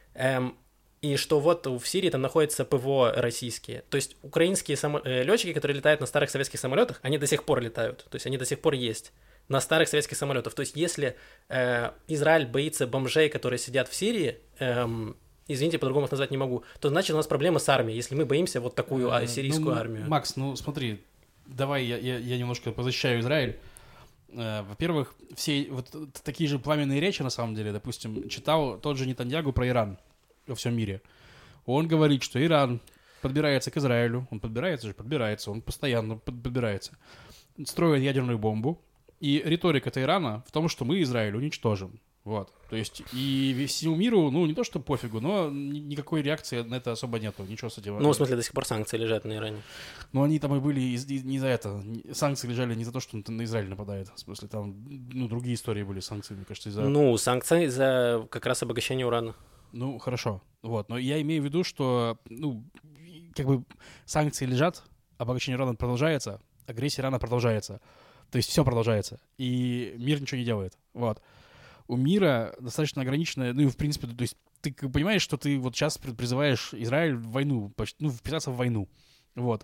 И что вот в Сирии там находятся ПВО российские. То есть украинские летчики, которые летают на старых советских самолетах, они до сих пор летают, то есть они до сих пор есть на старых советских самолетах. То есть если Израиль боится бомжей, которые сидят в Сирии, извините, по-другому их назвать не могу, то значит у нас проблема с армией, если мы боимся вот такую сирийскую армию. Макс, ну смотри, давай я немножко позащищаю Израиль. Во-первых, все вот такие же пламенные речи, на самом деле, допустим, читал тот же Нетаньягу про Иран во всем мире. Он говорит, что Иран подбирается к Израилю, он подбирается, он постоянно подбирается, строит ядерную бомбу. И риторика Ирана в том, что мы Израиль уничтожим. Вот. То есть, и всему миру, ну, не то, что пофигу, но никакой реакции на это особо нету. Ничего с этим. Ну, в смысле, до сих пор санкции лежат на Иране. Ну, они там и были не за это. Санкции лежали не за то, что на Израиль нападает. В смысле, там, ну, другие истории были санкции, мне кажется, из-за... Ну, санкции за как раз обогащение урана. Ну, хорошо. Вот. Но я имею в виду, что, ну, как бы санкции лежат, обогащение урана продолжается, агрессия Ирана продолжается. То есть все продолжается, и мир ничего не делает. Вот. У мира достаточно ограниченное, ну и в принципе, то есть ты понимаешь, что ты вот сейчас призываешь Израиль в войну, ну, вписаться в войну. Вот.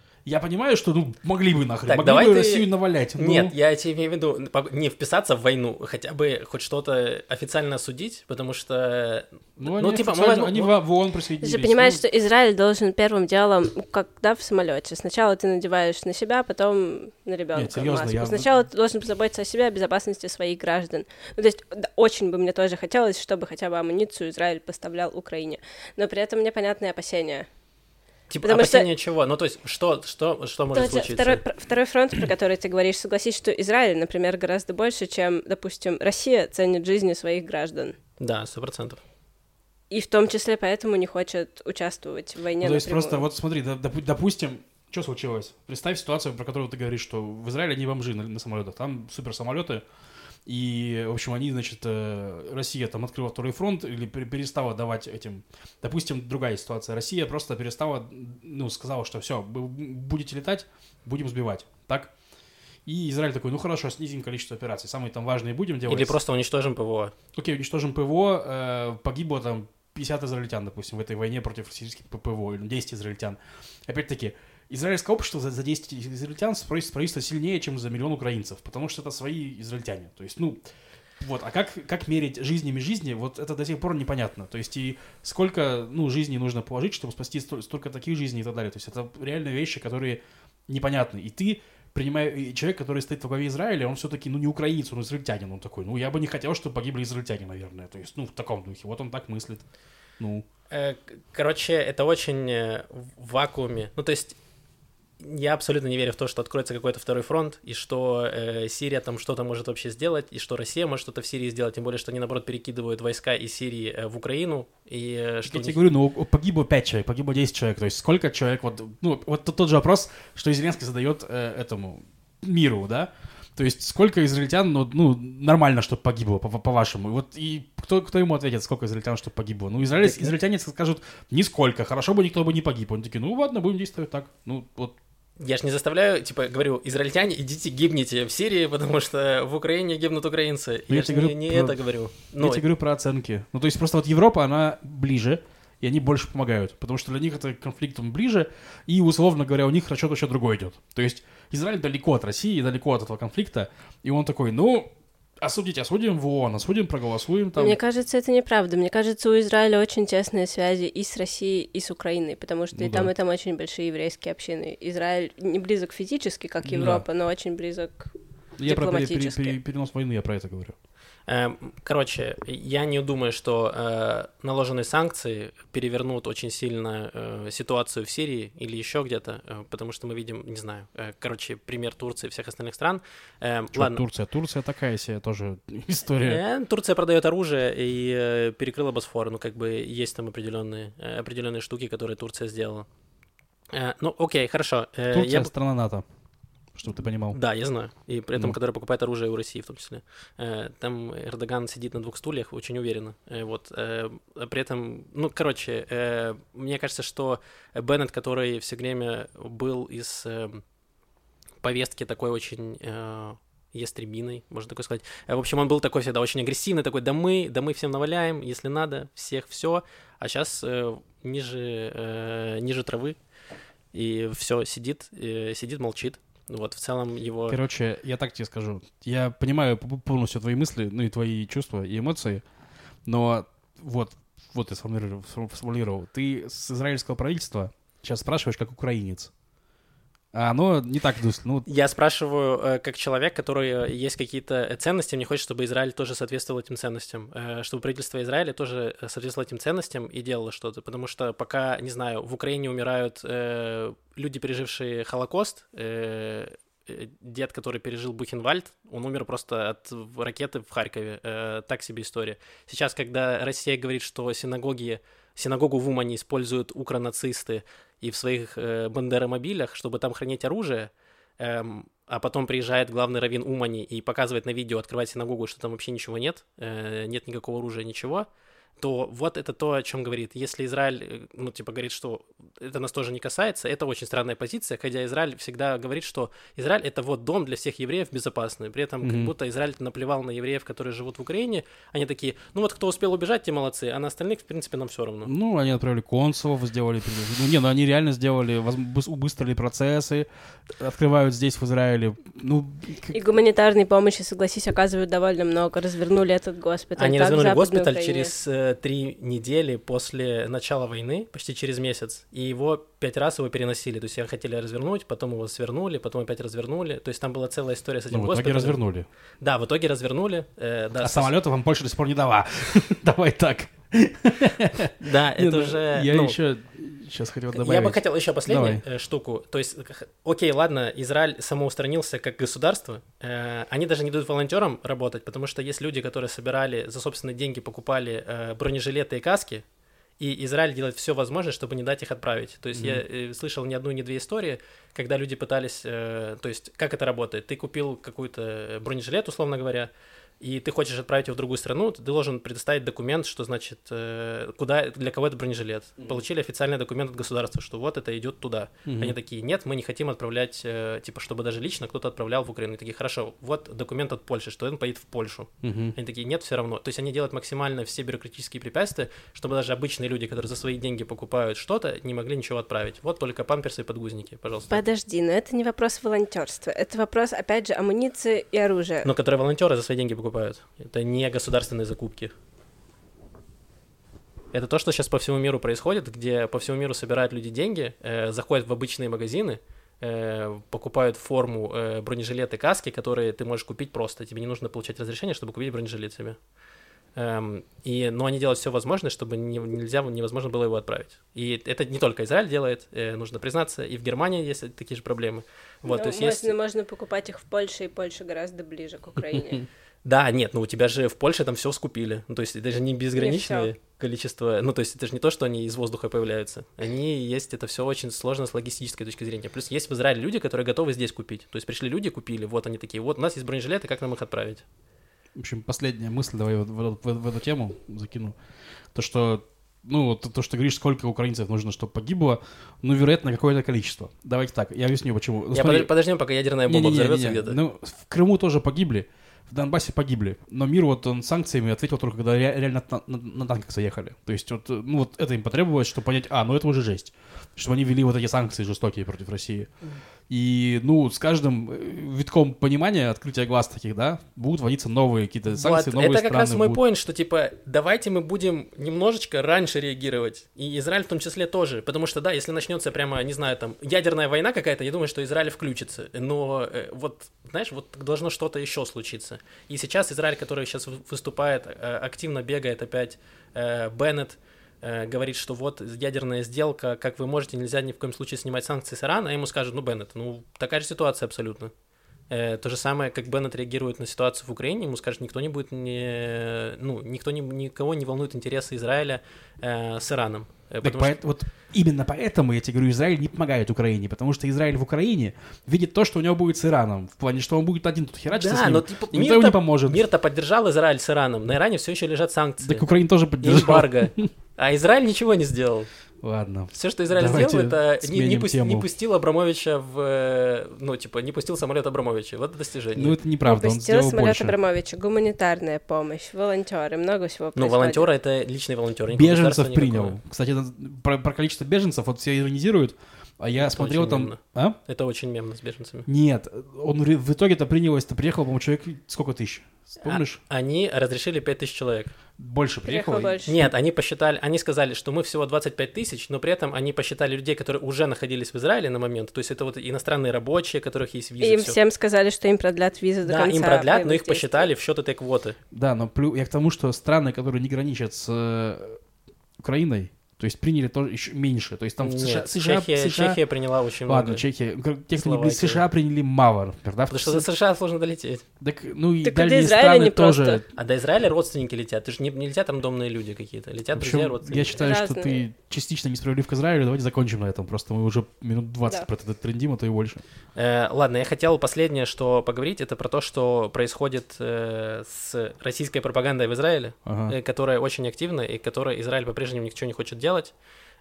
Я понимаю, что, ну, могли бы нахрен, так, могли бы Россию навалять. Но... Нет, я тебе имею в виду не вписаться в войну, хотя бы хоть что-то официально осудить, потому что... Ну они в ООН присоединились. Ты же понимаешь, что Израиль должен первым делом, когда в самолете. Сначала ты надеваешь на себя, потом на ребенка маску. Сначала ты должен позаботиться о себе, о безопасности своих граждан. Ну, то есть очень бы мне тоже хотелось, чтобы хотя бы амуницию Израиль поставлял Украине. Но при этом мне понятны опасения. Типа опасения чего? Ну, то есть, что может случиться? Второй фронт, про который ты говоришь, согласись, что Израиль, например, гораздо больше, чем, допустим, Россия ценит жизни своих граждан. Да, 100%. И в том числе поэтому не хочет участвовать в войне. Ну, то есть просто, вот смотри, допустим, что случилось? Представь ситуацию, про которую ты говоришь, что в Израиле не бомжи на самолетах, там суперсамолеты. И, в общем, они, значит, Россия там открыла второй фронт или перестала давать этим... Допустим, другая ситуация. Россия просто перестала, ну, сказала, что все, вы будете летать, будем сбивать, так? И Израиль такой, ну хорошо, снизим количество операций, самые там важные будем делать. Или просто уничтожим ПВО. Окей, уничтожим ПВО, погибло там 50 израильтян, допустим, в этой войне против российских ПВО, или 10 израильтян. Опять-таки, израильское общество за 10 израильтян правительство сильнее, чем за миллион украинцев, потому что это свои израильтяне. То есть, ну, вот, а как мерить жизнями жизни, вот это до сих пор непонятно. То есть, и сколько, ну, жизней нужно положить, чтобы спасти столько таких жизней и так далее. То есть, это реально вещи, которые непонятны. И ты, и человек, который стоит во главе Израиля, он все-таки, ну, не украинец, он израильтянин. Он такой, ну, я бы не хотел, чтобы погибли израильтяне, наверное. То есть, ну, в таком духе. Вот он так мыслит. Ну. Короче, это очень в вакууме. Ну, то есть, я абсолютно не верю в то, что откроется какой-то второй фронт, и что Сирия там что-то может вообще сделать, и что Россия может что-то в Сирии сделать, тем более, что они, наоборот, перекидывают войска из Сирии в Украину. И что я тебе говорю, ну, погибло 5 человек, погибло 10 человек, то есть сколько человек, вот, ну, вот тот же вопрос, что Зеленский задает этому миру, да, то есть сколько израильтян, ну нормально, чтобы погибло, по-вашему, вот, и кто ему ответит, сколько израильтян, чтобы погибло, ну, израильтяне скажут, нисколько, хорошо бы никто бы не погиб, они такие, ну, ладно, будем действовать так, ну, вот. Я же не заставляю, типа, говорю, израильтяне, идите гибните в Сирии, потому что в Украине гибнут украинцы. Я же не это говорю. Я тебе говорю про оценки. Ну, то есть просто вот Европа, она ближе, и они больше помогают, потому что для них это конфликтом ближе, и, условно говоря, у них расчет еще другой идет. То есть Израиль далеко от России, далеко от этого конфликта, и он такой, ну, осудим в ООН, осудим, проголосуем там. Мне кажется, это неправда. Мне кажется, у Израиля очень тесные связи и с Россией, и с Украиной, потому что и там очень большие еврейские общины. Израиль не близок физически, как Европа, но очень близок дипломатически. Я перенос войны, я про это говорю. Короче, я не думаю, что наложенные санкции перевернут очень сильно ситуацию в Сирии или еще где-то, потому что мы видим, не знаю, пример Турции и всех остальных стран. Ладно. Турция такая себе тоже история. Турция продает оружие и перекрыла Босфор, ну как бы есть там определенные штуки, которые Турция сделала. Ну окей, хорошо. Турция страна НАТО. Чтобы ты понимал. Да, я знаю. И при этом, который покупает оружие у России в том числе. Там Эрдоган сидит на 2 стульях, очень уверенно. Вот. При этом, мне кажется, что Беннет, который все время был из повестки такой очень ястребиной, можно такое сказать. В общем, он был такой всегда очень агрессивный, такой, да мы всем наваляем, если надо, всех все. А сейчас ниже травы, и все, сидит, молчит. Вот, в целом его... Короче, я так тебе скажу. Я понимаю полностью твои мысли, ну и твои чувства и эмоции, но вот я сформулировал. Ты с израильского правительства сейчас спрашиваешь как украинец. А оно не так... Я спрашиваю как человек, который есть какие-то ценности, мне хочется, чтобы Израиль тоже соответствовал этим ценностям, чтобы правительство Израиля тоже соответствовало этим ценностям и делало что-то, потому что пока, не знаю, в Украине умирают люди, пережившие Холокост, дед, который пережил Бухенвальд, он умер просто от ракеты в Харькове, так себе история. Сейчас, когда Россия говорит, что синагогу в Умане используют укронацисты и в своих бандеромобилях, чтобы там хранить оружие, а потом приезжает главный раввин Умани и показывает на видео, открывает синагогу, что там вообще ничего нет, нет никакого оружия, ничего, то вот это то, о чем говорит. Если Израиль, говорит, что это нас тоже не касается, это очень странная позиция, хотя Израиль всегда говорит, что Израиль — это вот дом для всех евреев безопасный. При этом как будто Израиль наплевал на евреев, которые живут в Украине. Они такие, кто успел убежать, те молодцы, а на остальных, в принципе, нам все равно. Ну, они отправили консулов, сделали... они реально сделали, убыстрили процессы, открывают здесь, в Израиле. И гуманитарной помощи, согласись, оказывают довольно много. Развернули этот госпиталь. Они развернули госпиталь через 3 недели после начала войны, почти через месяц, и его 5 раз переносили. То есть их хотели развернуть, потом его свернули, потом опять развернули. То есть там была целая история с этим госпиталем. В итоге развернули. Да, в итоге развернули. А самолетов вам Польша до сих пор не дала. Давай так. Да, это уже... Я еще сейчас хотел добавить. Я бы хотел еще последнюю штуку. То есть, окей, ладно, Израиль самоустранился как государство. Они даже не дают волонтерам работать, потому что есть люди, которые собирали за собственные деньги, покупали бронежилеты и каски, и Израиль делает все возможное, чтобы не дать их отправить. То есть я слышал не одну, не две истории, когда люди пытались... То есть как это работает? Ты купил какой-то бронежилет, условно говоря, и ты хочешь отправить его в другую страну, ты должен предоставить документ, что значит, для кого это бронежилет. Получили официальный документ от государства, что вот это идет туда. Они такие, нет, мы не хотим отправлять, чтобы даже лично кто-то отправлял в Украину. Они такие, хорошо, вот документ от Польши, что он поедет в Польшу. Они такие, нет, все равно. То есть они делают максимально все бюрократические препятствия, чтобы даже обычные люди, которые за свои деньги покупают что-то, не могли ничего отправить. Вот только памперсы и подгузники, пожалуйста. Подожди, но это не вопрос волонтерства, это вопрос, опять же, амуниции и оружия. Но которые волонтеры за свои деньги покупают. Это не государственные закупки. Это то, что сейчас по всему миру происходит, где по всему миру собирают люди деньги, заходят в обычные магазины, покупают форму, бронежилеты, каски, которые ты можешь купить просто. Тебе не нужно получать разрешение, чтобы купить бронежилет себе. Но они делают все возможное, чтобы невозможно было его отправить. И это не только Израиль делает, нужно признаться, и в Германии есть такие же проблемы. Вот, то есть можно покупать их в Польше, и Польша гораздо ближе к Украине. Да, нет, у тебя же в Польше там все скупили. То есть это же не безграничное количество. То есть это же не то, что они из воздуха появляются. Это все очень сложно с логистической точки зрения. Плюс есть в Израиле люди, которые готовы здесь купить. То есть пришли люди, купили, вот они такие, вот у нас есть бронежилеты, как нам их отправить? В общем, последняя мысль, давай в эту тему закину. То, что ну, вот то, что ты говоришь, сколько украинцев нужно, чтобы погибло, ну, вероятно, какое-то количество. Давайте так, я объясню, почему. Ну, Подождем, пока ядерная бомба взорвется где-то. Ну, в Крыму тоже погибли, в Донбассе погибли, но мир вот он санкциями ответил только, когда реально на танках заехали. То есть вот, ну, вот это им потребовалось, чтобы понять, ну это уже жесть, чтобы они ввели вот эти санкции жестокие против России. И, ну, с каждым витком понимания, открытия глаз таких, да, будут вводиться новые какие-то санкции, новые страны. Это как раз мой поинт, что, типа, давайте мы будем немножечко раньше реагировать, и Израиль в том числе тоже, потому что, да, если начнется прямо, не знаю, там, ядерная война какая-то, я думаю, что Израиль включится, но вот, знаешь, вот должно что-то еще случиться. И сейчас Израиль, который сейчас выступает, активно бегает опять, Беннет, говорит, что вот ядерная сделка, как вы можете, нельзя ни в коем случае снимать санкции с Ирана, а ему скажут, ну, Беннет, ну, такая же ситуация абсолютно. То же самое, как Беннет реагирует на ситуацию в Украине, ему скажут, никто не будет, никого не волнует интересы Израиля с Ираном. Вот именно поэтому, я тебе говорю, Израиль не помогает Украине, потому что Израиль в Украине видит то, что у него будет сИраном, в плане, что он будет один тут херачиться с ним, но, типа, никто ему не поможет. Мир-то поддержал Израиль с Ираном, на Иране все еще лежат санкции. Так Украина тоже поддержала. Эмбарго. А Израиль ничего не сделал. Ладно. Все, что Израиль сделал, это не пустил Абрамовича не пустил самолет Абрамовича. Вот это достижение. Ну, это неправда, он сделал самолет больше. Абрамовича, гуманитарная помощь, волонтеры, много всего происходит. Волонтеры — это личные волонтеры. Беженцев принял. Кстати, про количество беженцев вот все иронизируют, а я смотрел там... Мемно. Это очень мемно с беженцами. Нет, он в итоге-то приехал, по-моему, человек сколько тысяч? Помнишь? Они разрешили 5000 человек. Больше приехало? Больше. Нет, они сказали, что мы всего 25 тысяч, но при этом они посчитали людей, которые уже находились в Израиле на момент, то есть это вот иностранные рабочие, у которых есть визы. И им всем сказали, что им продлят визы до конца. Да, им продлят, но их посчитали в счет этой квоты. Да, но я к тому, что страны, которые не граничат с Украиной, то есть приняли тоже еще меньше. То есть там Чехия приняла очень много. Ладно, Чехия. Те, кто не были США, приняли мало, например, да? Потому что до США сложно долететь. Так, ну и так дальние страны тоже. Просто. А до Израиля родственники летят. Ты же не летят рандомные люди какие-то. Летят друзья, родственники. Я считаю, что ты частично несправедлив к Израилю. Давайте закончим на этом. Просто мы уже минут 20 про это трендим, а то и больше. Ладно, я хотел последнее, что поговорить, это про то, что происходит с российской пропагандой в Израиле, которая очень активна и которой Израиль по-прежнему ничего не хочет делать.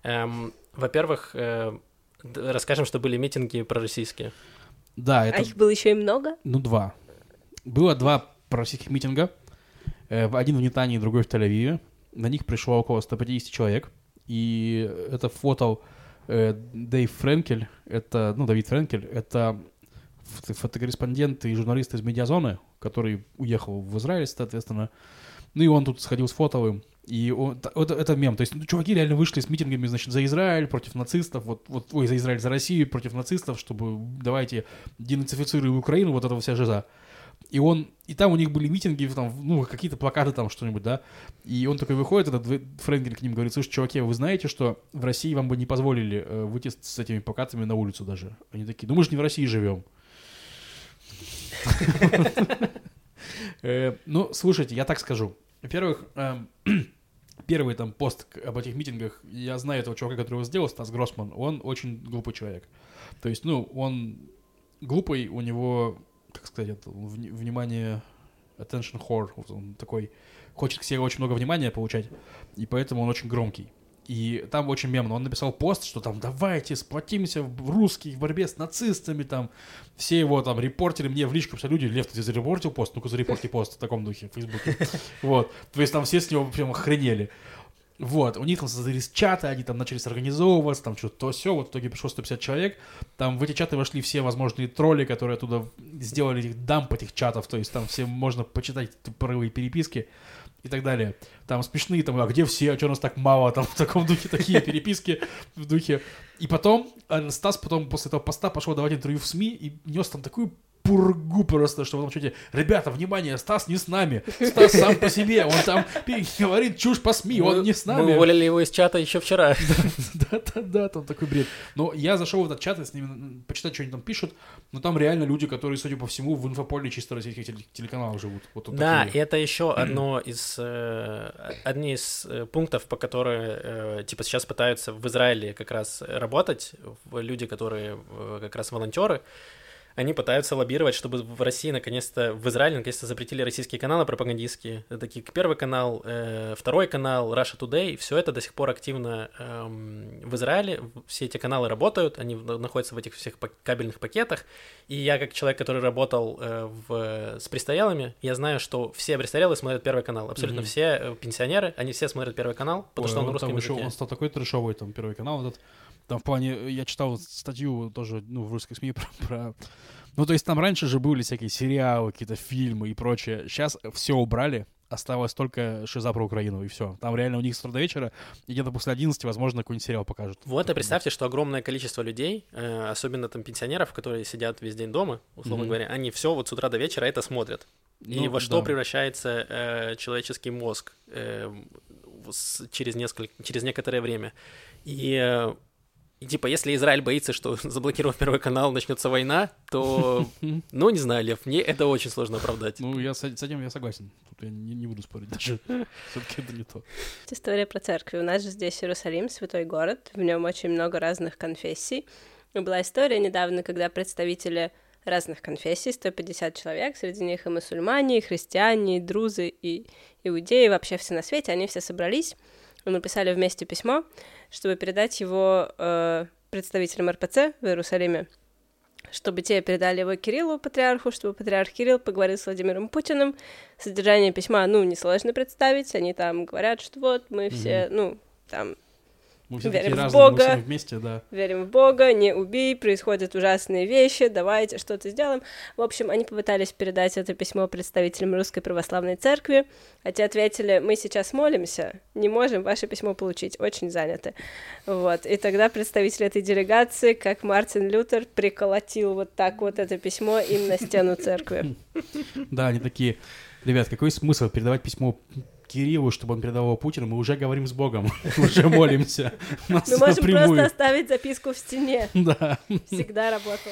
Во-первых, расскажем, что были митинги пророссийские. Да, это... А их было еще и много? Ну, 2. Было 2 пророссийских митинга. Один в Нетании, другой в Тель-Авиве. На них пришло около 150 человек. И это фотал Давид Френкель. Давид Френкель. Это фотокорреспондент и журналист из Медиазоны, который уехал в Израиль, соответственно. Ну и он тут сходил с фотовым. И это мем. То есть чуваки реально вышли с митингами, значит, за Израиль против нацистов, за Израиль, за Россию против нацистов, чтобы давайте денацифицируем Украину, вот этого вся жиза. И там у них были митинги, там, какие-то плакаты там, что-нибудь, да. И он такой выходит, этот Френкель к ним говорит: слушай, чуваки, вы знаете, что в России вам бы не позволили выйти с этими плакатами на улицу даже? Они такие: мы же не в России живем. Ну, слушайте, я так скажу. Во-первых, первый там пост об этих митингах, я знаю этого чувака, который его сделал, Стас Гроссман, он очень глупый человек. То есть, он глупый, у него, как сказать, это, внимание, attention whore, он такой, хочет к себе очень много внимания получать, и поэтому он очень громкий. И там очень мемно. Он написал пост, что там давайте сплотимся в русских в борьбе с нацистами, там все его там репортили мне в личку, писали люди: Лев, ты зарепортил пост? Ну-ка зарепорти пост в таком духе в Фейсбуке. Вот. То есть там все с него прям охренели. Вот, у них там создались чаты, они там начали организовываться, там что-то то все, вот в итоге пришло 150 человек, там в эти чаты вошли все возможные тролли, которые оттуда сделали этих дамп этих чатов, то есть там все можно почитать тупорылые переписки и так далее. Там смешные, там, а где все, а что нас так мало, там в таком духе такие переписки в духе. И потом Стас после этого поста пошел давать интервью в СМИ и нес там такую пургу просто, что в этом чате: ребята, внимание, Стас не с нами, Стас сам по себе, он там говорит чушь по СМИ, он не с нами. Мы уволили его из чата еще вчера. Да, там такой бред. Но я зашел в этот чат и с ними почитать, что они там пишут, но там реально люди, которые, судя по всему, в инфополе чисто российских телеканалах живут. Да, и это еще одни из пунктов, по которым типа сейчас пытаются в Израиле как раз работать, люди, которые как раз волонтеры. они пытаются лоббировать, чтобы в России наконец-то, в Израиле наконец-то запретили российские каналы пропагандистские, такие как Первый канал, Второй канал, Russia Today, все это до сих пор активно в Израиле, все эти каналы работают, они находятся в этих всех кабельных пакетах, и я как человек, который работал с престарелыми, я знаю, что все престарелые смотрят Первый канал, абсолютно все пенсионеры, они все смотрят Первый канал, потому что он на русском языке. Он стал такой трешовый, там, Первый канал этот. Там в плане, я читал статью тоже, в русской СМИ про... Ну, то есть там раньше же были всякие сериалы, какие-то фильмы и прочее. Сейчас все убрали, осталось только «Шиза про Украину», и все. Там реально у них с утра до вечера, и где-то после 11, возможно, какой-нибудь сериал покажут. Вот, и представьте, что огромное количество людей, особенно там пенсионеров, которые сидят весь день дома, условно говоря, они все вот с утра до вечера это смотрят. И во что превращается человеческий мозг через некоторое время. И типа, если Израиль боится, что заблокировав Первый канал, начнется война, то, ну, не знаю, Лев, мне это очень сложно оправдать. Ну, с этим я согласен. Тут я не буду спорить даже. Все-таки это не то. История про церкви. У нас же здесь Иерусалим, святой город. В нем очень много разных конфессий. И была история недавно, когда представители разных конфессий, 150 человек, среди них и мусульмане, и христиане, и друзы, и иудеи, вообще все на свете, они все собрались и написали вместе письмо, чтобы передать его представителям РПЦ в Иерусалиме, чтобы те передали его Кириллу, патриарху, чтобы патриарх Кирилл поговорил с Владимиром Путиным. Содержание письма, несложно представить. Они там говорят, что вот мы все, мы все верим такие в разные, Бога, мы все вместе, да. Верим в Бога, не убей, происходят ужасные вещи, давайте что-то сделаем. В общем, они попытались передать это письмо представителям Русской Православной Церкви, а те ответили: мы сейчас молимся, не можем ваше письмо получить, очень заняты. Вот. И тогда представитель этой делегации, как Мартин Лютер, приколотил вот так вот это письмо им на стену церкви. Да, они такие: ребят, какой смысл передавать письмо Кириллу, чтобы он передал его Путину? Мы уже говорим с Богом, уже молимся. Мы можем просто оставить записку в стене. Да. Всегда работало.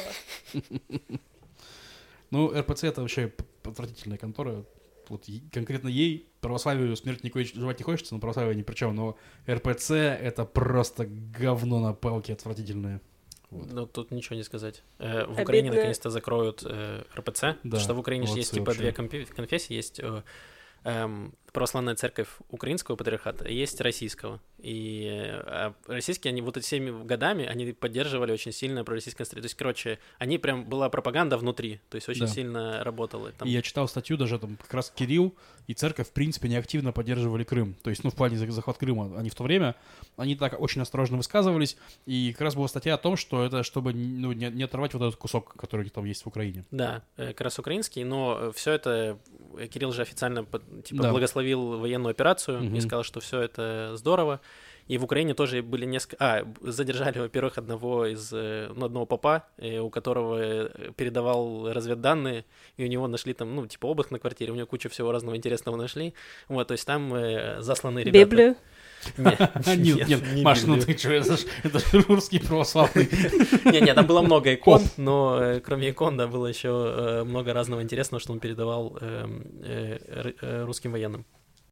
Ну, РПЦ — это вообще отвратительная контора. Вот конкретно ей, православию, смерть никакой жевать не хочется, но православие ни при чем. Но РПЦ — это просто говно на палке отвратительное. Вот. Ну, тут ничего не сказать. В Украине наконец-то закроют РПЦ, потому что в Украине же есть типа две конфессии, есть православная церковь украинского патриархата, есть российского. И российские, они вот этими годами, они поддерживали очень сильно пророссийское настроение. То есть, короче, они прям, была пропаганда внутри, то есть очень сильно работала. Там... И я читал статью даже, там как раз Кирилл и церковь, в принципе, неактивно поддерживали Крым. То есть, в плане захват Крыма. Они в то время, они так очень осторожно высказывались, и как раз была статья о том, что это чтобы не оторвать вот этот кусок, который там есть в Украине. Да, как раз украинский, но все это, Кирилл же официально благословил военную операцию и сказал, что все это здорово. И в Украине тоже были несколько... задержали, во-первых, одного попа, у которого передавал разведданные, и у него нашли там, обыск на квартире, у него куча всего разного интересного нашли. Вот, то есть там засланы ребята. Библию? Нет, Маш, ты что, это же русский православный. Не, там было много икон, но кроме икон, да, было еще много разного интересного, что он передавал русским военным.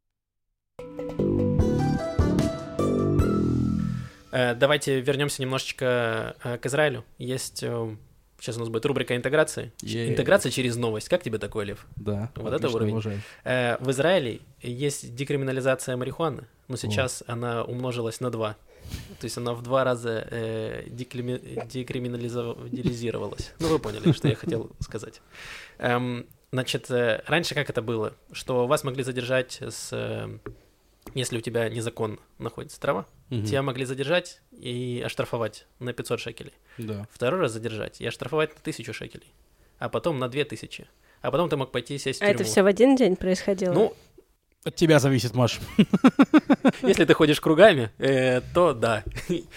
Давайте вернемся немножечко к Израилю. Есть... Сейчас у нас будет рубрика интеграции. Интеграция через новость. Как тебе такое, Лев? Да. Вот это уровень. В Израиле есть декриминализация марихуаны, но сейчас она умножилась на 2. То есть она в 2 раза декриминализировалась. Вы поняли, что я хотел сказать. Значит, раньше как это было? Что вас могли задержать если у тебя незаконно находится трава, тебя могли задержать и оштрафовать на 500 шекелей. Да. Второй раз задержать и оштрафовать на 1000 шекелей. А потом на 2000. А потом ты мог пойти сесть в тюрьму. А это все в один день происходило? От тебя зависит, Маш. Если ты ходишь кругами, то да.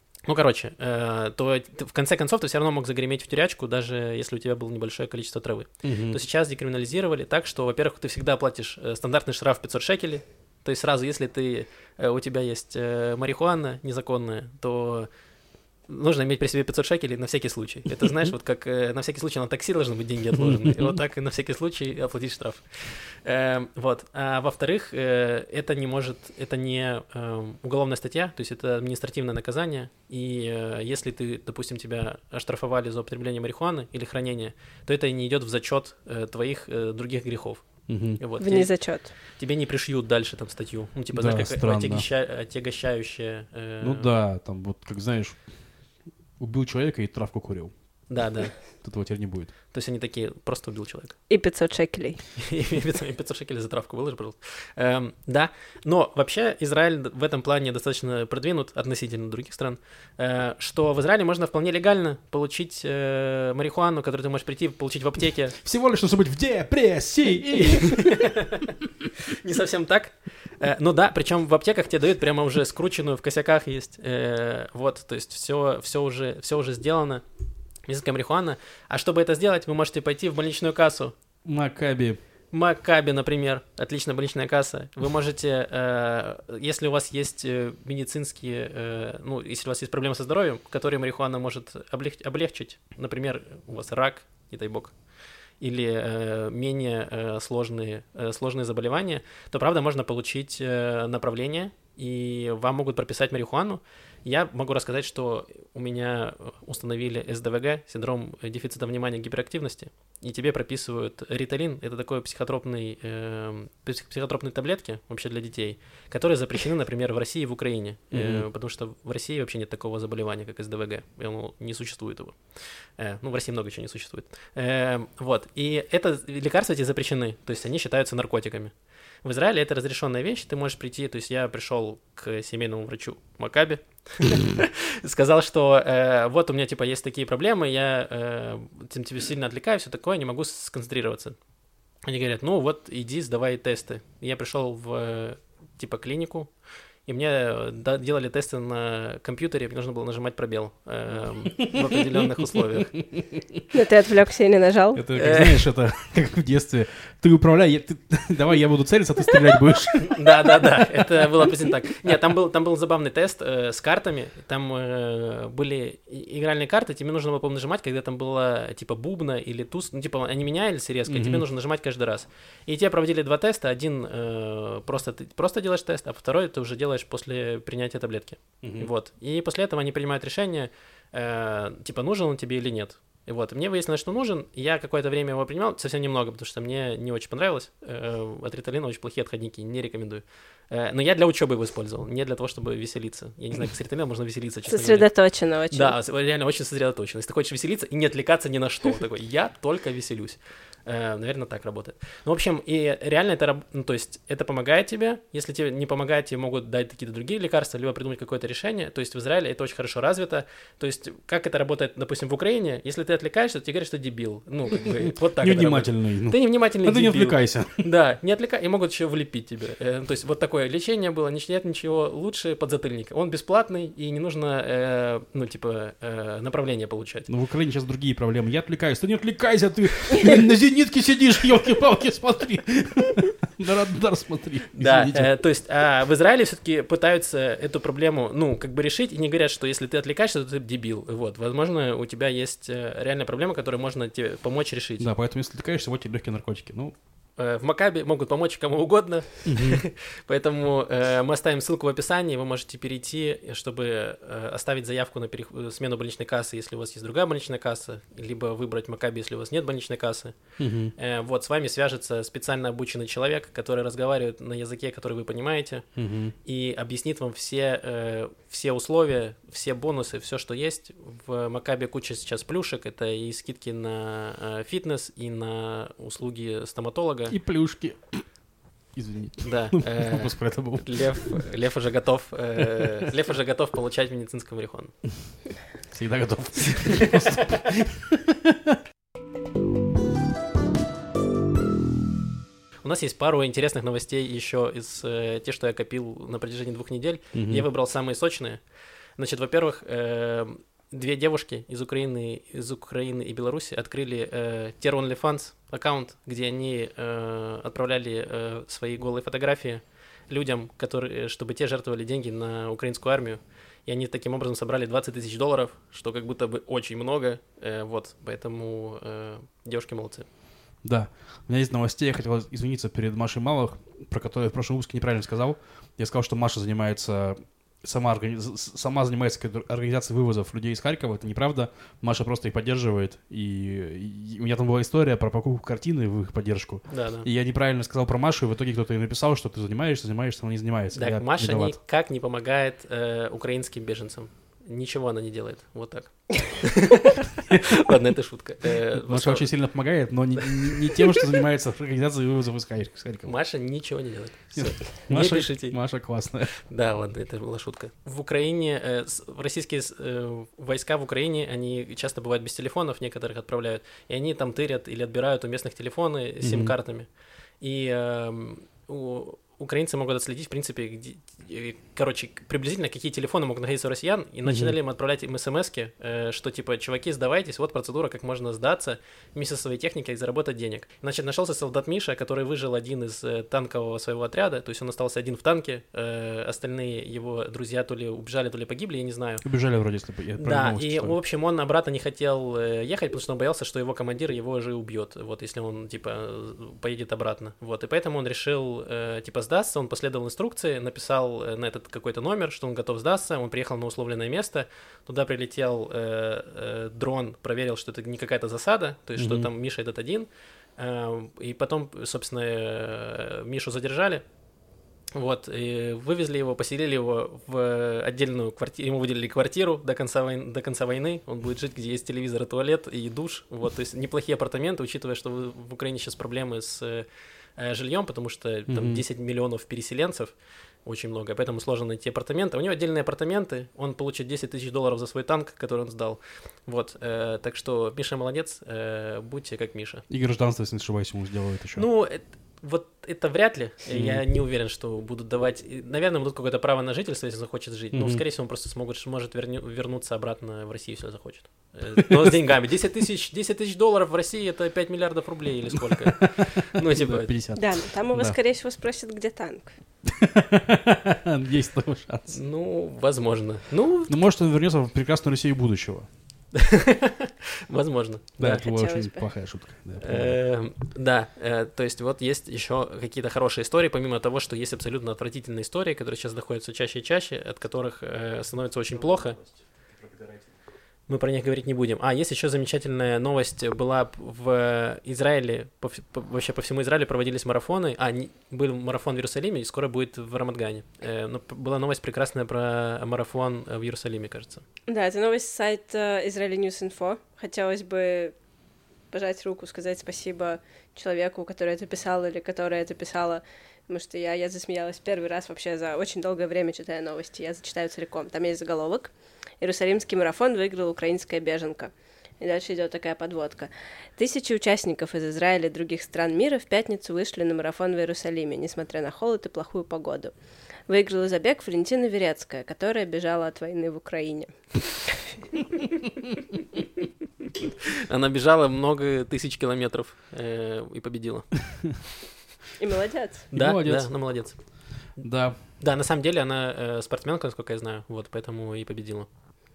То в конце концов ты все равно мог загреметь в тюрячку, даже если у тебя было небольшое количество травы. То сейчас декриминализировали так, что, во-первых, ты всегда платишь стандартный штраф 500 шекелей. То есть сразу, если у тебя есть марихуана незаконная, то нужно иметь при себе 500 шекелей на всякий случай. Это, знаешь, вот как на всякий случай на такси должны быть деньги отложены, и вот так и на всякий случай оплатить штраф. Вот. А во-вторых, это не уголовная статья, то есть это административное наказание, и если ты, допустим, тебя оштрафовали за употребление марихуаны или хранение, то это не идет в зачет твоих других грехов. Вот. Вне зачет. Тебе не пришьют дальше там статью. Ну, типа, Да, знаешь, как странно. отягощающая... Ну да, там вот, как знаешь, убил человека и травку курил. Да. Тут его теперь не будет. То есть они такие, просто убил человека. И 500 шекелей. И 500 шекелей за травку выложи, пожалуйста. Да, но вообще Израиль в этом плане достаточно продвинут относительно других стран, что в Израиле можно вполне легально получить марихуану, которую ты можешь прийти получить в аптеке. Всего лишь нужно быть в депрессии. Не совсем так. Ну да, причем в аптеках тебе дают прямо уже скрученную, в косяках есть. Вот, то есть все уже сделано. Медицинская марихуана. А чтобы это сделать, вы можете пойти в больничную кассу. Макаби, например, отличная больничная касса. Вы можете, если у вас есть медицинские, если у вас есть проблемы со здоровьем, которые марихуана может облегчить, например, у вас рак, не дай бог, или менее сложные заболевания, то, правда, можно получить направление, и вам могут прописать марихуану. Я могу рассказать, что у меня установили СДВГ, синдром дефицита внимания и гиперактивности, и тебе прописывают риталин, это такой психотропные таблетки вообще для детей, которые запрещены, например, в России и в Украине, потому что в России вообще нет такого заболевания, как СДВГ, не существует его. В России много чего не существует. Вот, и это лекарства эти запрещены, то есть они считаются наркотиками. В Израиле это разрешенная вещь, ты можешь прийти, то есть я пришел к семейному врачу Макаби, сказал, что вот у меня типа есть такие проблемы, я тебе сильно отвлекаю, все такое, не могу сконцентрироваться. Они говорят, ну вот иди, сдавай тесты. Я пришел в типа клинику, и мне делали тесты на компьютере, мне нужно было нажимать пробел в определенных условиях. Но ты отвлекся и не нажал? Это, как знаешь, это как в детстве. Ты управляй, давай я буду целиться, а ты стрелять будешь. Да, это было примерно так. Нет, там был забавный тест с картами, там были игральные карты, тебе нужно было, по-моему, нажимать, когда там было типа бубна или туз, ну типа они менялись резко, и тебе нужно нажимать каждый раз. И тебе проводили 2 теста, один ты просто делаешь тест, а второй ты уже делаешь после принятия таблетки. Вот. И после этого они принимают решение, типа нужен он тебе или нет. И вот, мне выяснилось, что нужен, я какое-то время его принимал, совсем немного, потому что мне не очень понравилось, от риталина очень плохие отходники, не рекомендую. Но я для учебы его использовал, не для того, чтобы веселиться. Я не знаю, как с риталином можно веселиться, честно говоря. Сосредоточенно очень. Да, реально очень сосредоточенно. Если ты хочешь веселиться и не отвлекаться ни на что, такой, я только веселюсь. Наверное, так работает. Ну, в общем, и реально это, то есть это помогает тебе. Если тебе не помогает, тебе могут дать какие-то другие лекарства, либо придумать какое-то решение. То есть в Израиле это очень хорошо развито. То есть как это работает, допустим, в Украине, если ты отвлекаешься, то тебе говорят, что дебил. Ну, как бы, вот так. Невнимательный. Ты невнимательный дебил. Ты не отвлекайся. Да, не отвлекай, и могут еще влепить тебе. То есть вот такое лечение было, нет ничего лучше подзатыльника. Он бесплатный, и не нужно, направление получать. Но в Украине сейчас другие проблемы. Я отвлекаюсь. Ты не отвлекайся, ты на зенитке сидишь, елки-палки, смотри. На радар смотри. Да, то есть в Израиле все-таки пытаются эту проблему, решить, и не говорят, что если ты отвлекаешься, то ты дебил. Вот, возможно, у тебя есть реальная проблема, которую можно тебе помочь решить. Да, поэтому если отвлекаешься, вот тебе легкие наркотики. В Макаби могут помочь кому угодно, поэтому мы оставим ссылку в описании, вы можете перейти, чтобы оставить заявку на смену больничной кассы, если у вас есть другая больничная касса, либо выбрать Макаби, если у вас нет больничной кассы. Вот, с вами свяжется специально обученный человек, который разговаривает на языке, который вы понимаете, и объяснит вам все условия, все бонусы, все, что есть. В Макаби куча сейчас плюшек, это и скидки на фитнес, и на услуги стоматолога. И плюшки. Извините. Да. Выпуск про это был. Лев уже готов получать медицинскую марихуану. Всегда готов. У нас есть пару интересных новостей еще из тех, что я копил на протяжении 2 недель. Я выбрал самые сочные. Значит, во-первых, 2 девушки из Украины и Беларуси открыли Ter OnlyFans аккаунт, где они отправляли свои голые фотографии людям, чтобы те жертвовали деньги на украинскую армию. и они таким образом собрали $20 000, что как будто бы очень много, вот, поэтому девушки молодцы. Да, у меня есть новостей, я хотел извиниться перед Машей Малых, про которую я в прошлом выпуске неправильно сказал. Я сказал, что Маша сама занимается организацией вывозов людей из Харькова. Это неправда. Маша просто их поддерживает. И у меня там была история про покупку картины в их поддержку. Да. И я неправильно сказал про Машу, и в итоге кто-то ей написал, что ты занимаешься, она не занимается. Так, я Маша виноват. никак не помогает украинским беженцам. Ничего она не делает. Вот так. Ладно, это шутка. Маша очень сильно помогает, но не тем, что занимается организацией вывозов из Харькова. Маша ничего не делает. Не пишите. Маша классная. Да, ладно, это была шутка. В Украине, российские войска в Украине, они часто бывают без телефонов, некоторых отправляют, и они там тырят или отбирают у местных телефоны с сим-картами. И украинцы могут отследить, в принципе, приблизительно какие телефоны могут находиться у россиян, и начинали им отправлять им смс-ки, что типа, чуваки, сдавайтесь, вот процедура, как можно сдаться вместе со своей техникой и заработать денег. Значит, нашелся солдат Миша, который выжил один из танкового своего отряда, то есть он остался один в танке, остальные его друзья то ли убежали, то ли погибли, я не знаю. Убежали вроде, если я да, и, в общем, он обратно не хотел ехать, потому что он боялся, что его командир его же убьет, вот, если он, типа, поедет обратно, вот, и поэтому он решил, типа, сдастся, он последовал инструкции, написал на этот какой-то номер, что он готов сдаться, он приехал на условленное место, туда прилетел дрон, проверил, что это не какая-то засада, то есть, что там Миша этот один, и потом, собственно, Мишу задержали, вот, и вывезли его, поселили его в отдельную квартиру, ему выделили квартиру до конца войны, он будет жить, где есть телевизор и туалет, и душ, вот, то есть неплохие апартаменты, учитывая, что в Украине сейчас проблемы с жильем, потому что там 10 миллионов переселенцев, очень много, поэтому сложно найти апартаменты. У него отдельные апартаменты, он получит $10 000 за свой танк, который он сдал. Вот, так что Миша молодец, будьте как Миша. И гражданство, если не ошибаюсь, ему сделают еще. Ну, вот это вряд ли. Я не уверен, что будут давать... Наверное, будут какое-то право на жительство, если захочет жить. Но, скорее всего, он просто сможет вернуться обратно в Россию, если захочет. Но с деньгами. $10 000 в России — это 5 миллиардов рублей или сколько? Ну, типа... 50. Да, но там его, скорее всего, спросят, где танк. Есть такой шанс. Ну, возможно. Ну, может, он вернется в прекрасную Россию будущего. Возможно. Да, это была очень плохая шутка. Да, то есть вот есть еще какие-то хорошие истории, помимо того, что есть абсолютно отвратительные истории, которые сейчас доходят все чаще и чаще, от которых становится очень плохо. Мы про них говорить не будем. Есть еще замечательная новость. Была в Израиле, вообще по всему Израилю проводились марафоны. Был марафон в Иерусалиме, и скоро будет в Рамат-Гане. Но была новость прекрасная про марафон в Иерусалиме, кажется. Да, это новость с сайта Israeli News Info. Хотелось бы пожать руку, сказать спасибо человеку, который это писал или которая это писала, потому что я засмеялась первый раз вообще за очень долгое время, читая новости. Я зачитаю целиком. Там есть заголовок. Иерусалимский марафон выиграла украинская беженка. И дальше идет такая подводка. 1000 участников из Израиля и других стран мира в пятницу вышли на марафон в Иерусалиме, несмотря на холод и плохую погоду. Выиграла забег Валентина Верецкая, которая бежала от войны в Украине. Она бежала много тысяч километров и победила. И молодец. Да, она молодец. Да. Да, на самом деле она спортсменка, насколько я знаю, вот, поэтому и победила.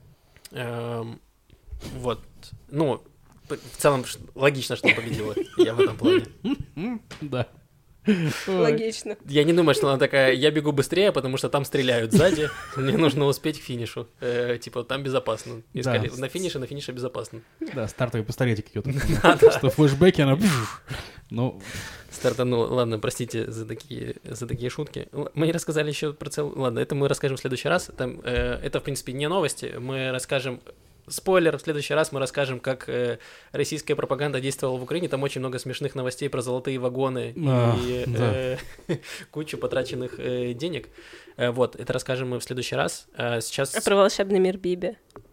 Вот, ну, в целом логично, что она победила, я в этом плане. Да. Логично. Я не думаю, что она такая, я бегу быстрее, потому что там стреляют сзади, мне нужно успеть к финишу, типа, там безопасно. На финише безопасно. Да, стартовый пистолетик идет. Что флешбеки, она... Ну... Стартанул. Ладно, простите за такие шутки. Мы не рассказали еще про Ладно, это мы расскажем в следующий раз. Это, в принципе, не новости. Мы расскажем... Спойлер, в следующий раз мы расскажем, как российская пропаганда действовала в Украине. Там очень много смешных новостей про золотые вагоны и кучу потраченных денег. Вот, это расскажем мы в следующий раз. Сейчас... про волшебный мир Биби.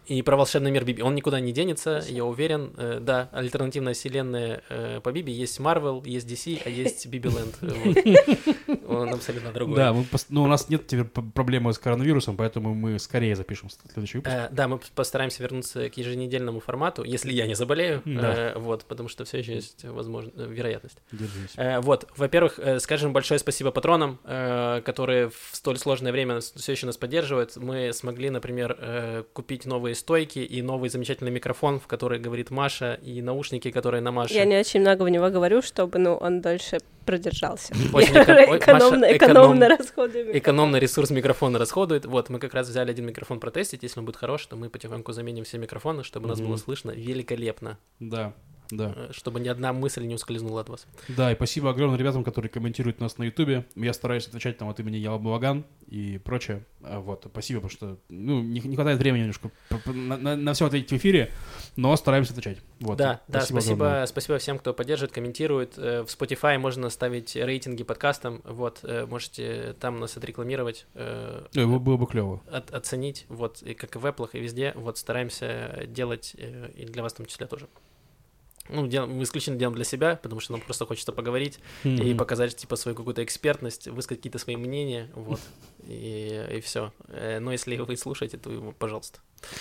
И про волшебный мир Биби. Он никуда не денется, я уверен. Да, альтернативная вселенная по Биби. Есть Marvel, есть DC, а есть Биби Ленд. Он абсолютно другой. Да, но у нас нет теперь проблемы с коронавирусом, поэтому мы скорее запишем следующий выпуск. Да, мы постараемся вернуться к еженедельному формату, если я не заболею. Вот, потому что все еще есть вероятность. Держись. Вот, во-первых, скажем большое спасибо патронам, которые в столь сложное время все еще нас поддерживают. Мы смогли, например, купить новые стойки и новый замечательный микрофон, в который говорит Маша, и наушники, которые на Маше. Я не очень много в него говорю, чтобы, он дольше продержался. Экономно расходуем. Экономно ресурс микрофона расходует. Вот, мы как раз взяли один микрофон протестить. Если он будет хорош, то мы потихоньку заменим все микрофоны, чтобы нас было слышно великолепно. Да. Чтобы ни одна мысль не ускользнула от вас. Да, и спасибо огромным ребятам, которые комментируют нас на Ютубе. Я стараюсь отвечать там от имени Яла Балаган и прочее. Вот, спасибо, потому что не хватает времени немножко на все ответить в эфире, но стараемся отвечать. Вот. Да, спасибо всем, кто поддерживает, комментирует. В Spotify можно ставить рейтинги подкастам. Вот, можете там нас отрекламировать. Было бы клево. Оценить, вот, и как и в Apple, и везде. Вот, стараемся делать, и для вас в том числе тоже. Мы исключительно делаем для себя, потому что нам просто хочется поговорить и показать, типа, свою какую-то экспертность, высказать какие-то свои мнения, вот, и все. Но если вы слушаете, то, пожалуйста.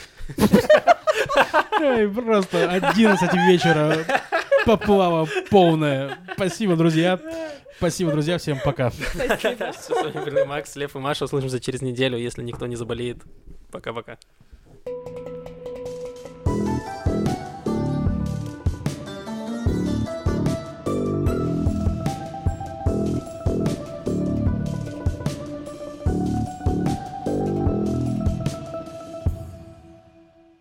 Просто 11 вечера, поплава полная. Спасибо, друзья. Всем пока. Спасибо. С вами были Макс, Лев и Маша. Услышимся через неделю, если никто не заболеет. Пока-пока.